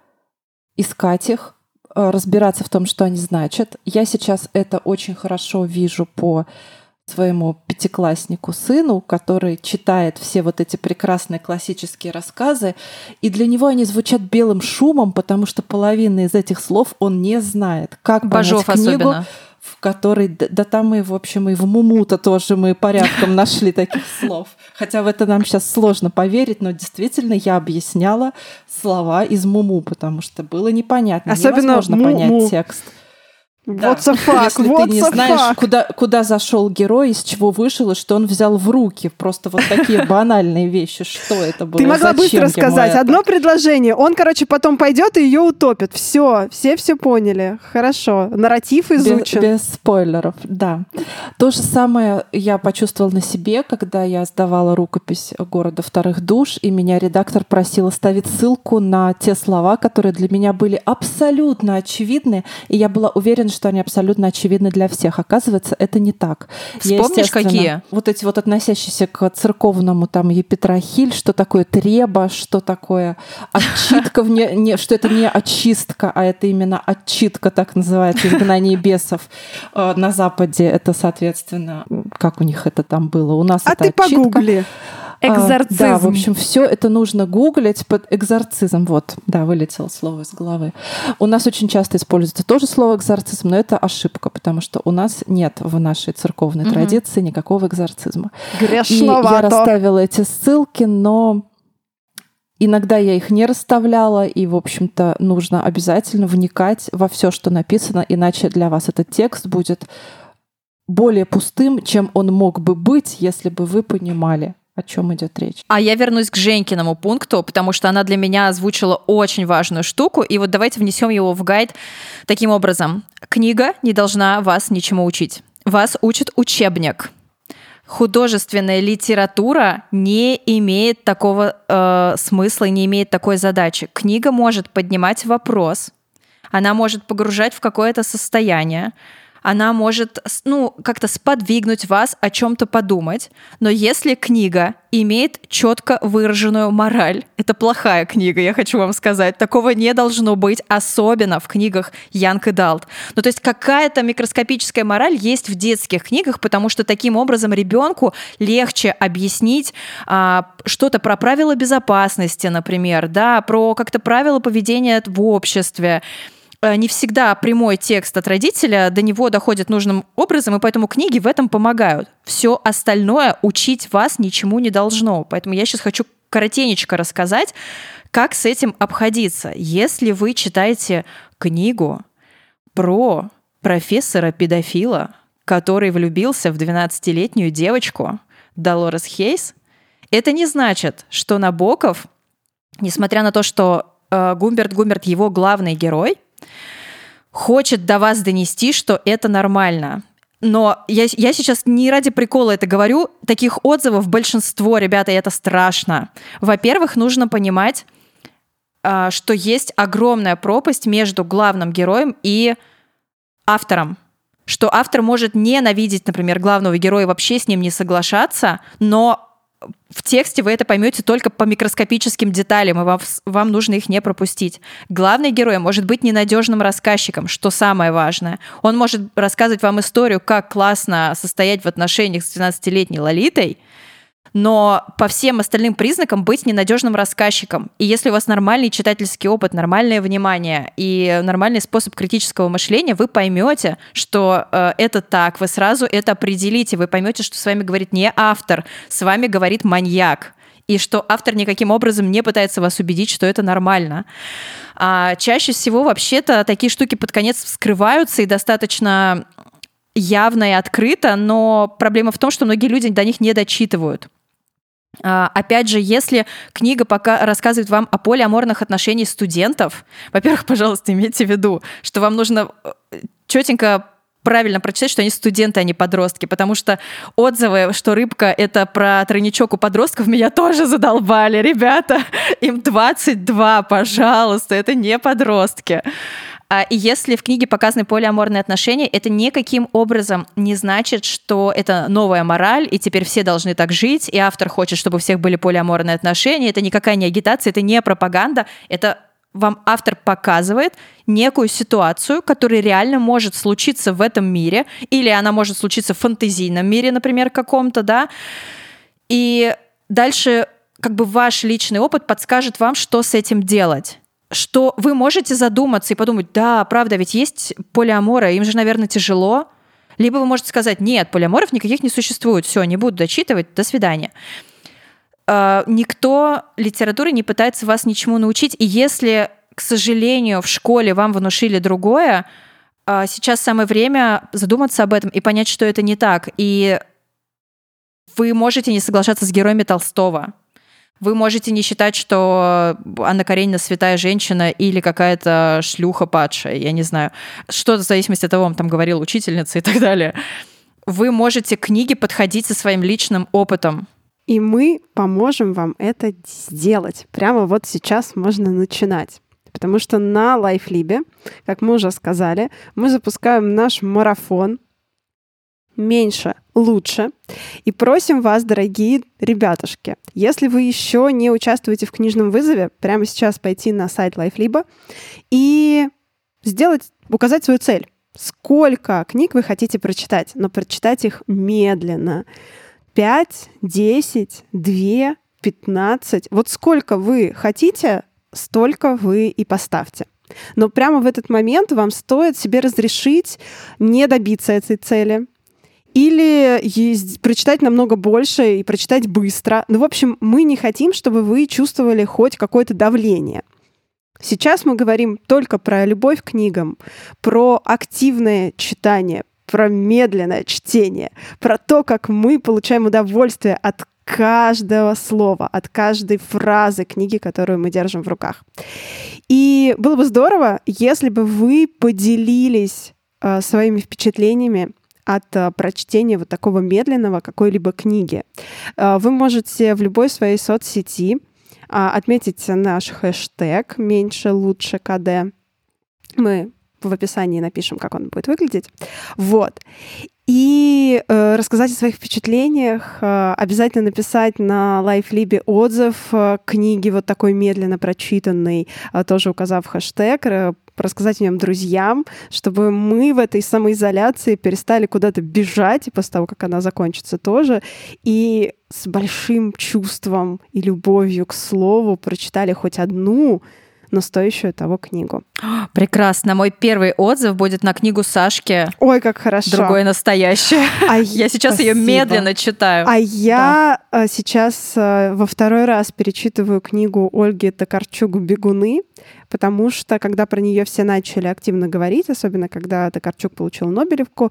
искать их, разбираться в том, что они значат. Я сейчас это очень хорошо вижу по своему 5-класснику сыну, который читает все вот эти прекрасные классические рассказы, и для него они звучат белым шумом, потому что половины из этих слов он не знает. Как
Бажов
понять книгу,
особенно.
в которой, да там и, в общем, и в Муму-то тоже мы порядком нашли таких слов. Хотя в это нам сейчас сложно поверить, но действительно я объясняла слова из Муму, потому что было непонятно,
особенно
невозможно понять текст.
What the fuck?
Если ты не знаешь, куда зашел герой, из чего вышел, и что он взял в руки. Просто вот такие банальные вещи. Что это было?
Ты могла быстро сказать. Одно предложение. Он, потом пойдет и ее утопит. Все поняли. Хорошо. Нарратив изучен.
Без спойлеров, да. То же самое я почувствовала на себе, когда я сдавала рукопись «Города вторых душ», и меня редактор просил ставить ссылку на те слова, которые для меня были абсолютно очевидны, и я была уверена, что они абсолютно очевидны для всех. Оказывается, это не так.
Вспомнишь, какие?
Вот эти вот относящиеся к церковному там Епитрахиль, что такое треба, что такое отчитка, что это не очистка, а это именно отчитка, так называется, изгнание бесов. На Западе это, соответственно, как у них это там было. У нас это
отчитка. А ты погугли.
Экзорцизм.
Да, в общем, все это нужно гуглить под экзорцизм. Вот, да, вылетело слово из головы. У нас очень часто используется тоже слово экзорцизм, но это ошибка, потому что у нас нет в нашей церковной традиции никакого экзорцизма.
Грешновато.
И я расставила эти ссылки, но иногда я их не расставляла, и, в общем-то, нужно обязательно вникать во все, что написано, иначе для вас этот текст будет более пустым, чем он мог бы быть, если бы вы понимали, о чем идет речь.
А я вернусь к Женькиному пункту, потому что она для меня озвучила очень важную штуку. И вот давайте внесем его в гайд таким образом. Книга не должна вас ничему учить. Вас учит учебник. Художественная литература не имеет такого смысла и не имеет такой задачи. Книга может поднимать вопрос, она может погружать в какое-то состояние, она может, как-то сподвигнуть вас о чем-то подумать. Но если книга имеет четко выраженную мораль, это плохая книга, я хочу вам сказать. Такого не должно быть, особенно в книгах Young Adult. То есть какая-то микроскопическая мораль есть в детских книгах, потому что таким образом ребенку легче объяснить что-то про правила безопасности, например, да, про как-то правила поведения в обществе. Не всегда прямой текст от родителя до него доходит нужным образом, и поэтому книги в этом помогают. Все остальное учить вас ничему не должно. Поэтому я сейчас хочу коротенечко рассказать, как с этим обходиться. Если вы читаете книгу про профессора-педофила, который влюбился в 12-летнюю девочку Долорес Хейс, это не значит, что Набоков, несмотря на то, что Гумберт его главный герой, хочет до вас донести, что это нормально. Но я сейчас не ради прикола это говорю. Таких отзывов большинство, ребята, и это страшно. Во-первых, нужно понимать, что есть огромная пропасть между главным героем и автором. Что автор может ненавидеть, например, главного героя, вообще с ним не соглашаться, но в тексте вы это поймете только по микроскопическим деталям, и вам нужно их не пропустить. Главный герой может быть ненадежным рассказчиком, что самое важное. Он может рассказывать вам историю, как классно состоять в отношениях с 12-летней Лолитой, но по всем остальным признакам быть ненадежным рассказчиком. И если у вас нормальный читательский опыт, нормальное внимание и нормальный способ критического мышления, вы поймете, что это так, вы сразу это определите, вы поймете, что с вами говорит не автор, с вами говорит маньяк, и что автор никаким образом не пытается вас убедить, что это нормально. А чаще всего вообще-то такие штуки под конец вскрываются и достаточно явно и открыто, но проблема в том, что многие люди до них не дочитывают. Опять же, если книга пока рассказывает вам о полиаморных отношениях студентов, во-первых, пожалуйста, имейте в виду, что вам нужно четенько правильно прочитать, что они студенты, а не подростки, потому что отзывы, что рыбка — это про тройничок у подростков, меня тоже задолбали, ребята. Им 22, пожалуйста, это не подростки. И если в книге показаны полиаморные отношения, это никаким образом не значит, что это новая мораль, и теперь все должны так жить, и автор хочет, чтобы у всех были полиаморные отношения. Это никакая не агитация, это не пропаганда, это вам автор показывает некую ситуацию, которая реально может случиться в этом мире, или она может случиться в фэнтезийном мире, например, каком-то, да, и дальше как бы ваш личный опыт подскажет вам, что с этим делать. Что вы можете задуматься и подумать, да, правда, ведь есть полиаморы, им же, наверное, тяжело. Либо вы можете сказать, нет, полиаморов никаких не существует, все, не буду дочитывать, до свидания. Никто литературой не пытается вас ничему научить, и если, к сожалению, в школе вам внушили другое, сейчас самое время задуматься об этом и понять, что это не так. И вы можете не соглашаться с героями Толстого. Вы можете не считать, что Анна Каренина святая женщина или какая-то шлюха падшая, я не знаю. Что-то в зависимости от того, вам там говорила учительница и так далее. Вы можете к книге подходить со своим личным опытом.
И мы поможем вам это сделать. Прямо вот сейчас можно начинать. Потому что на LifeLib, как мы уже сказали, мы запускаем наш марафон «Меньше, лучше». И просим вас, дорогие ребятушки, если вы еще не участвуете в книжном вызове, прямо сейчас пойти на сайт LifeLib и указать свою цель. Сколько книг вы хотите прочитать, но прочитать их медленно. 5, 10, 2, 15. Вот сколько вы хотите, столько вы и поставьте. Но прямо в этот момент вам стоит себе разрешить не добиться этой цели, или прочитать намного больше и прочитать быстро. Ну, в общем, мы не хотим, чтобы вы чувствовали хоть какое-то давление. Сейчас мы говорим только про любовь к книгам, про активное читание, про медленное чтение, про то, как мы получаем удовольствие от каждого слова, от каждой фразы книги, которую мы держим в руках. И было бы здорово, если бы вы поделились своими впечатлениями от прочтения вот такого медленного какой-либо книги. Вы можете в любой своей соцсети отметить наш хэштег «Меньше, лучше, КД». Мы в описании напишем, как он будет выглядеть. Вот. И рассказать о своих впечатлениях, обязательно написать на LifeLib отзыв книги вот такой медленно прочитанной, тоже указав хэштег, рассказать о нем друзьям, чтобы мы в этой самоизоляции перестали куда-то бежать после того, как она закончится тоже, и с большим чувством и любовью к слову прочитали хоть одну, но стоящую того книгу.
Прекрасно. Мой первый отзыв будет на книгу Сашки.
Ой, как хорошо.
Другое настоящее. Я сейчас ее медленно читаю.
А я сейчас во второй раз перечитываю книгу Ольги Токарчук «Бегуны», потому что, когда про нее все начали активно говорить, особенно когда Токарчук получила Нобелевку,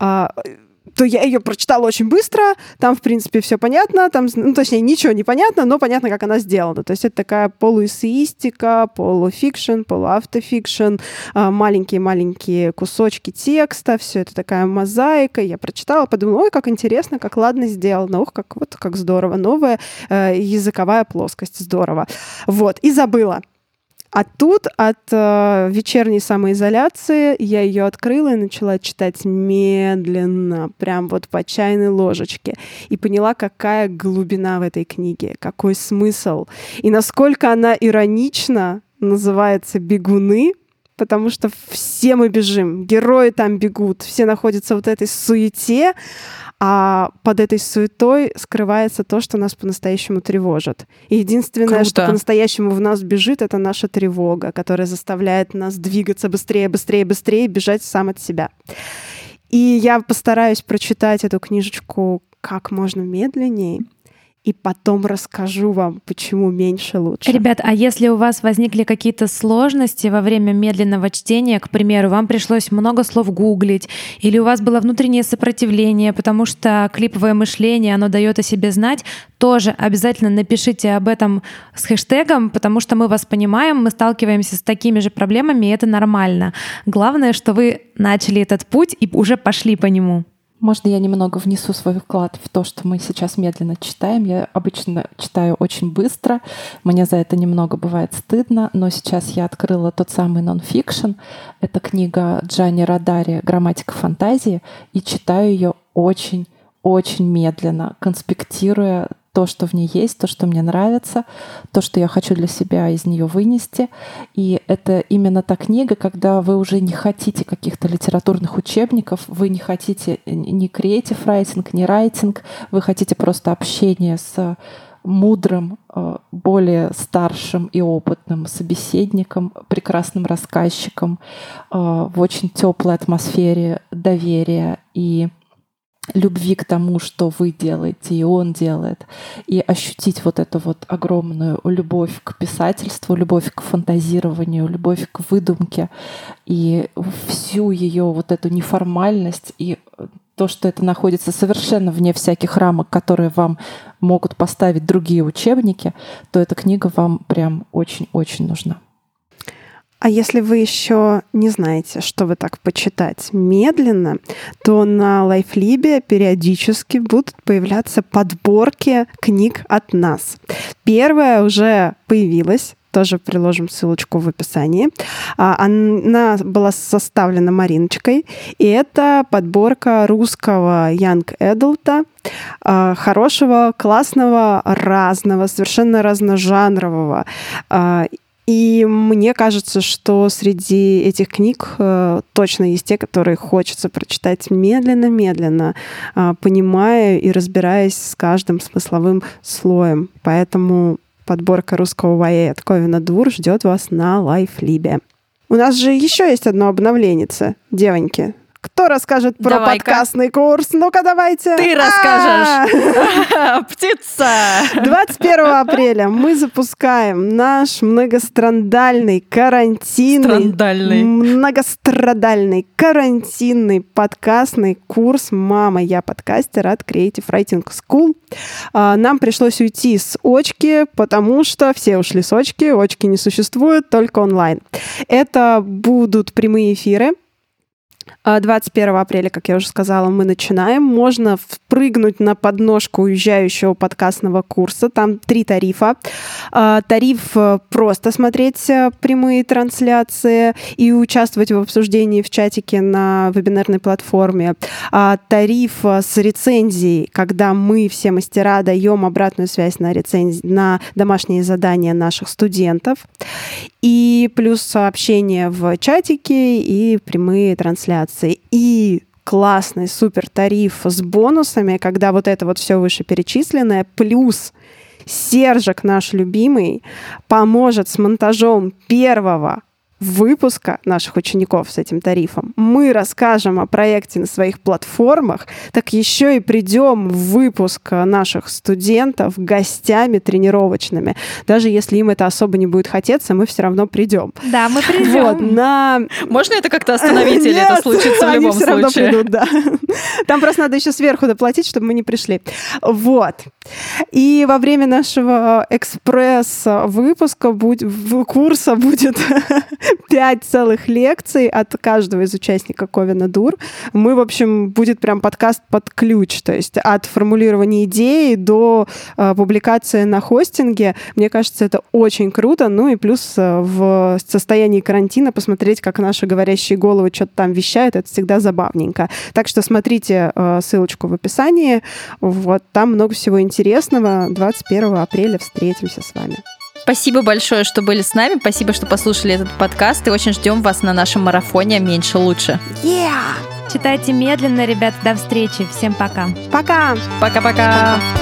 то я ее прочитала очень быстро. Там, в принципе, все понятно. Там, точнее, ничего не понятно, но понятно, как она сделана. То есть это такая полуэссеистика, полуфикшн, полуавтофикшн, маленькие-маленькие кусочки текста. Все это такая мозаика. Я прочитала, подумала, ой, как интересно, как ладно сделано. Ох, как здорово. Новая языковая плоскость. Здорово. Вот. И забыла. А тут от вечерней самоизоляции я ее открыла и начала читать медленно, прям вот по чайной ложечке. И поняла, какая глубина в этой книге, какой смысл. И насколько она иронично называется «Бегуны», потому что все мы бежим, герои там бегут, все находятся в вот этой суете, а под этой суетой скрывается то, что нас по-настоящему тревожит. И единственное, что по-настоящему в нас бежит, это наша тревога, которая заставляет нас двигаться быстрее, быстрее, быстрее, бежать сам от себя. И я постараюсь прочитать эту книжечку как можно медленнее, и потом расскажу вам, почему меньше лучше.
Ребят, а если у вас возникли какие-то сложности во время медленного чтения, к примеру, вам пришлось много слов гуглить, или у вас было внутреннее сопротивление, потому что клиповое мышление, оно дает о себе знать, тоже обязательно напишите об этом с хэштегом, потому что мы вас понимаем, мы сталкиваемся с такими же проблемами, и это нормально. Главное, что вы начали этот путь и уже пошли по нему.
Можно я немного внесу свой вклад в то, что мы сейчас медленно читаем? Я обычно читаю очень быстро, мне за это немного бывает стыдно, но сейчас я открыла тот самый нон-фикшн. Это книга Джани Родари «Грамматика фантазии», и читаю ее очень-очень медленно, конспектируя то, что в ней есть, то, что мне нравится, то, что я хочу для себя из нее вынести. И это именно та книга, когда вы уже не хотите каких-то литературных учебников, вы не хотите ни creative writing, ни writing, вы хотите просто общения с мудрым, более старшим и опытным собеседником, прекрасным рассказчиком, в очень теплой атмосфере доверия и любви к тому, что вы делаете и он делает, и ощутить вот эту вот огромную любовь к писательству, любовь к фантазированию, любовь к выдумке и всю ее вот эту неформальность и то, что это находится совершенно вне всяких рамок, которые вам могут поставить другие учебники, то эта книга вам прям очень-очень нужна.
А если вы еще не знаете, чтобы так почитать медленно, то на LifeLib периодически будут появляться подборки книг от нас. Первая уже появилась, тоже приложим ссылочку в описании. Она была составлена Мариночкой, и это подборка русского young adult, хорошего, классного, разного, совершенно разножанрового. И мне кажется, что среди этих книг точно есть те, которые хочется прочитать медленно-медленно, понимая и разбираясь с каждым смысловым слоем. Поэтому подборка русского YA от Ковина Двур ждет вас на LifeLib. У нас же еще есть одно обновление, девоньки. Кто расскажет про
Давай-ка.
подкастный курс? Ну-ка, давайте.
Ты расскажешь. Птица.
21 апреля мы запускаем наш многострадальный многострадальный карантинный подкастный курс «Мама, я подкастер» от Creative Writing School. Нам пришлось уйти с очки, потому что все ушли с очки не существует, только онлайн. Это будут прямые эфиры. 21 апреля, как я уже сказала, мы начинаем. Можно впрыгнуть на подножку уезжающего подкастного курса. Там 3 тарифа. Тариф просто смотреть прямые трансляции и участвовать в обсуждении в чатике на вебинарной платформе. Тариф с рецензией, когда мы, все мастера, даем обратную связь на домашние задания наших студентов. И плюс сообщения в чатике и прямые трансляции. И классный супер тариф с бонусами, когда вот это вот все вышеперечисленное, плюс Сержик, наш любимый, поможет с монтажом первого выпуска наших учеников с этим тарифом. Мы расскажем о проекте на своих платформах, так еще и придем в выпуск наших студентов гостями тренировочными. Даже если им это особо не будет хотеться, мы все равно придем.
Да, мы придем.
Можно это как-то остановить, или это случится в любом случае?
Они все равно придут, да. Там просто надо еще сверху доплатить, чтобы мы не пришли. Вот. И во время нашего экспресс-выпуска курса будет 5 целых лекций от каждого из участников Ковина Дур. Мы, в общем, будет прям подкаст под ключ, то есть от формулирования идеи до публикации на хостинге. Мне кажется, это очень круто. Ну и плюс в состоянии карантина посмотреть, как наши говорящие головы что-то там вещают, это всегда забавненько. Так что смотрите ссылочку в описании. Вот, там много всего интересного. 21 апреля встретимся с вами.
Спасибо большое, что были с нами. Спасибо, что послушали этот подкаст. И очень ждем вас на нашем марафоне «Меньше лучше».
Читайте медленно, ребят. До встречи. Всем пока.
Пока.
Пока-пока.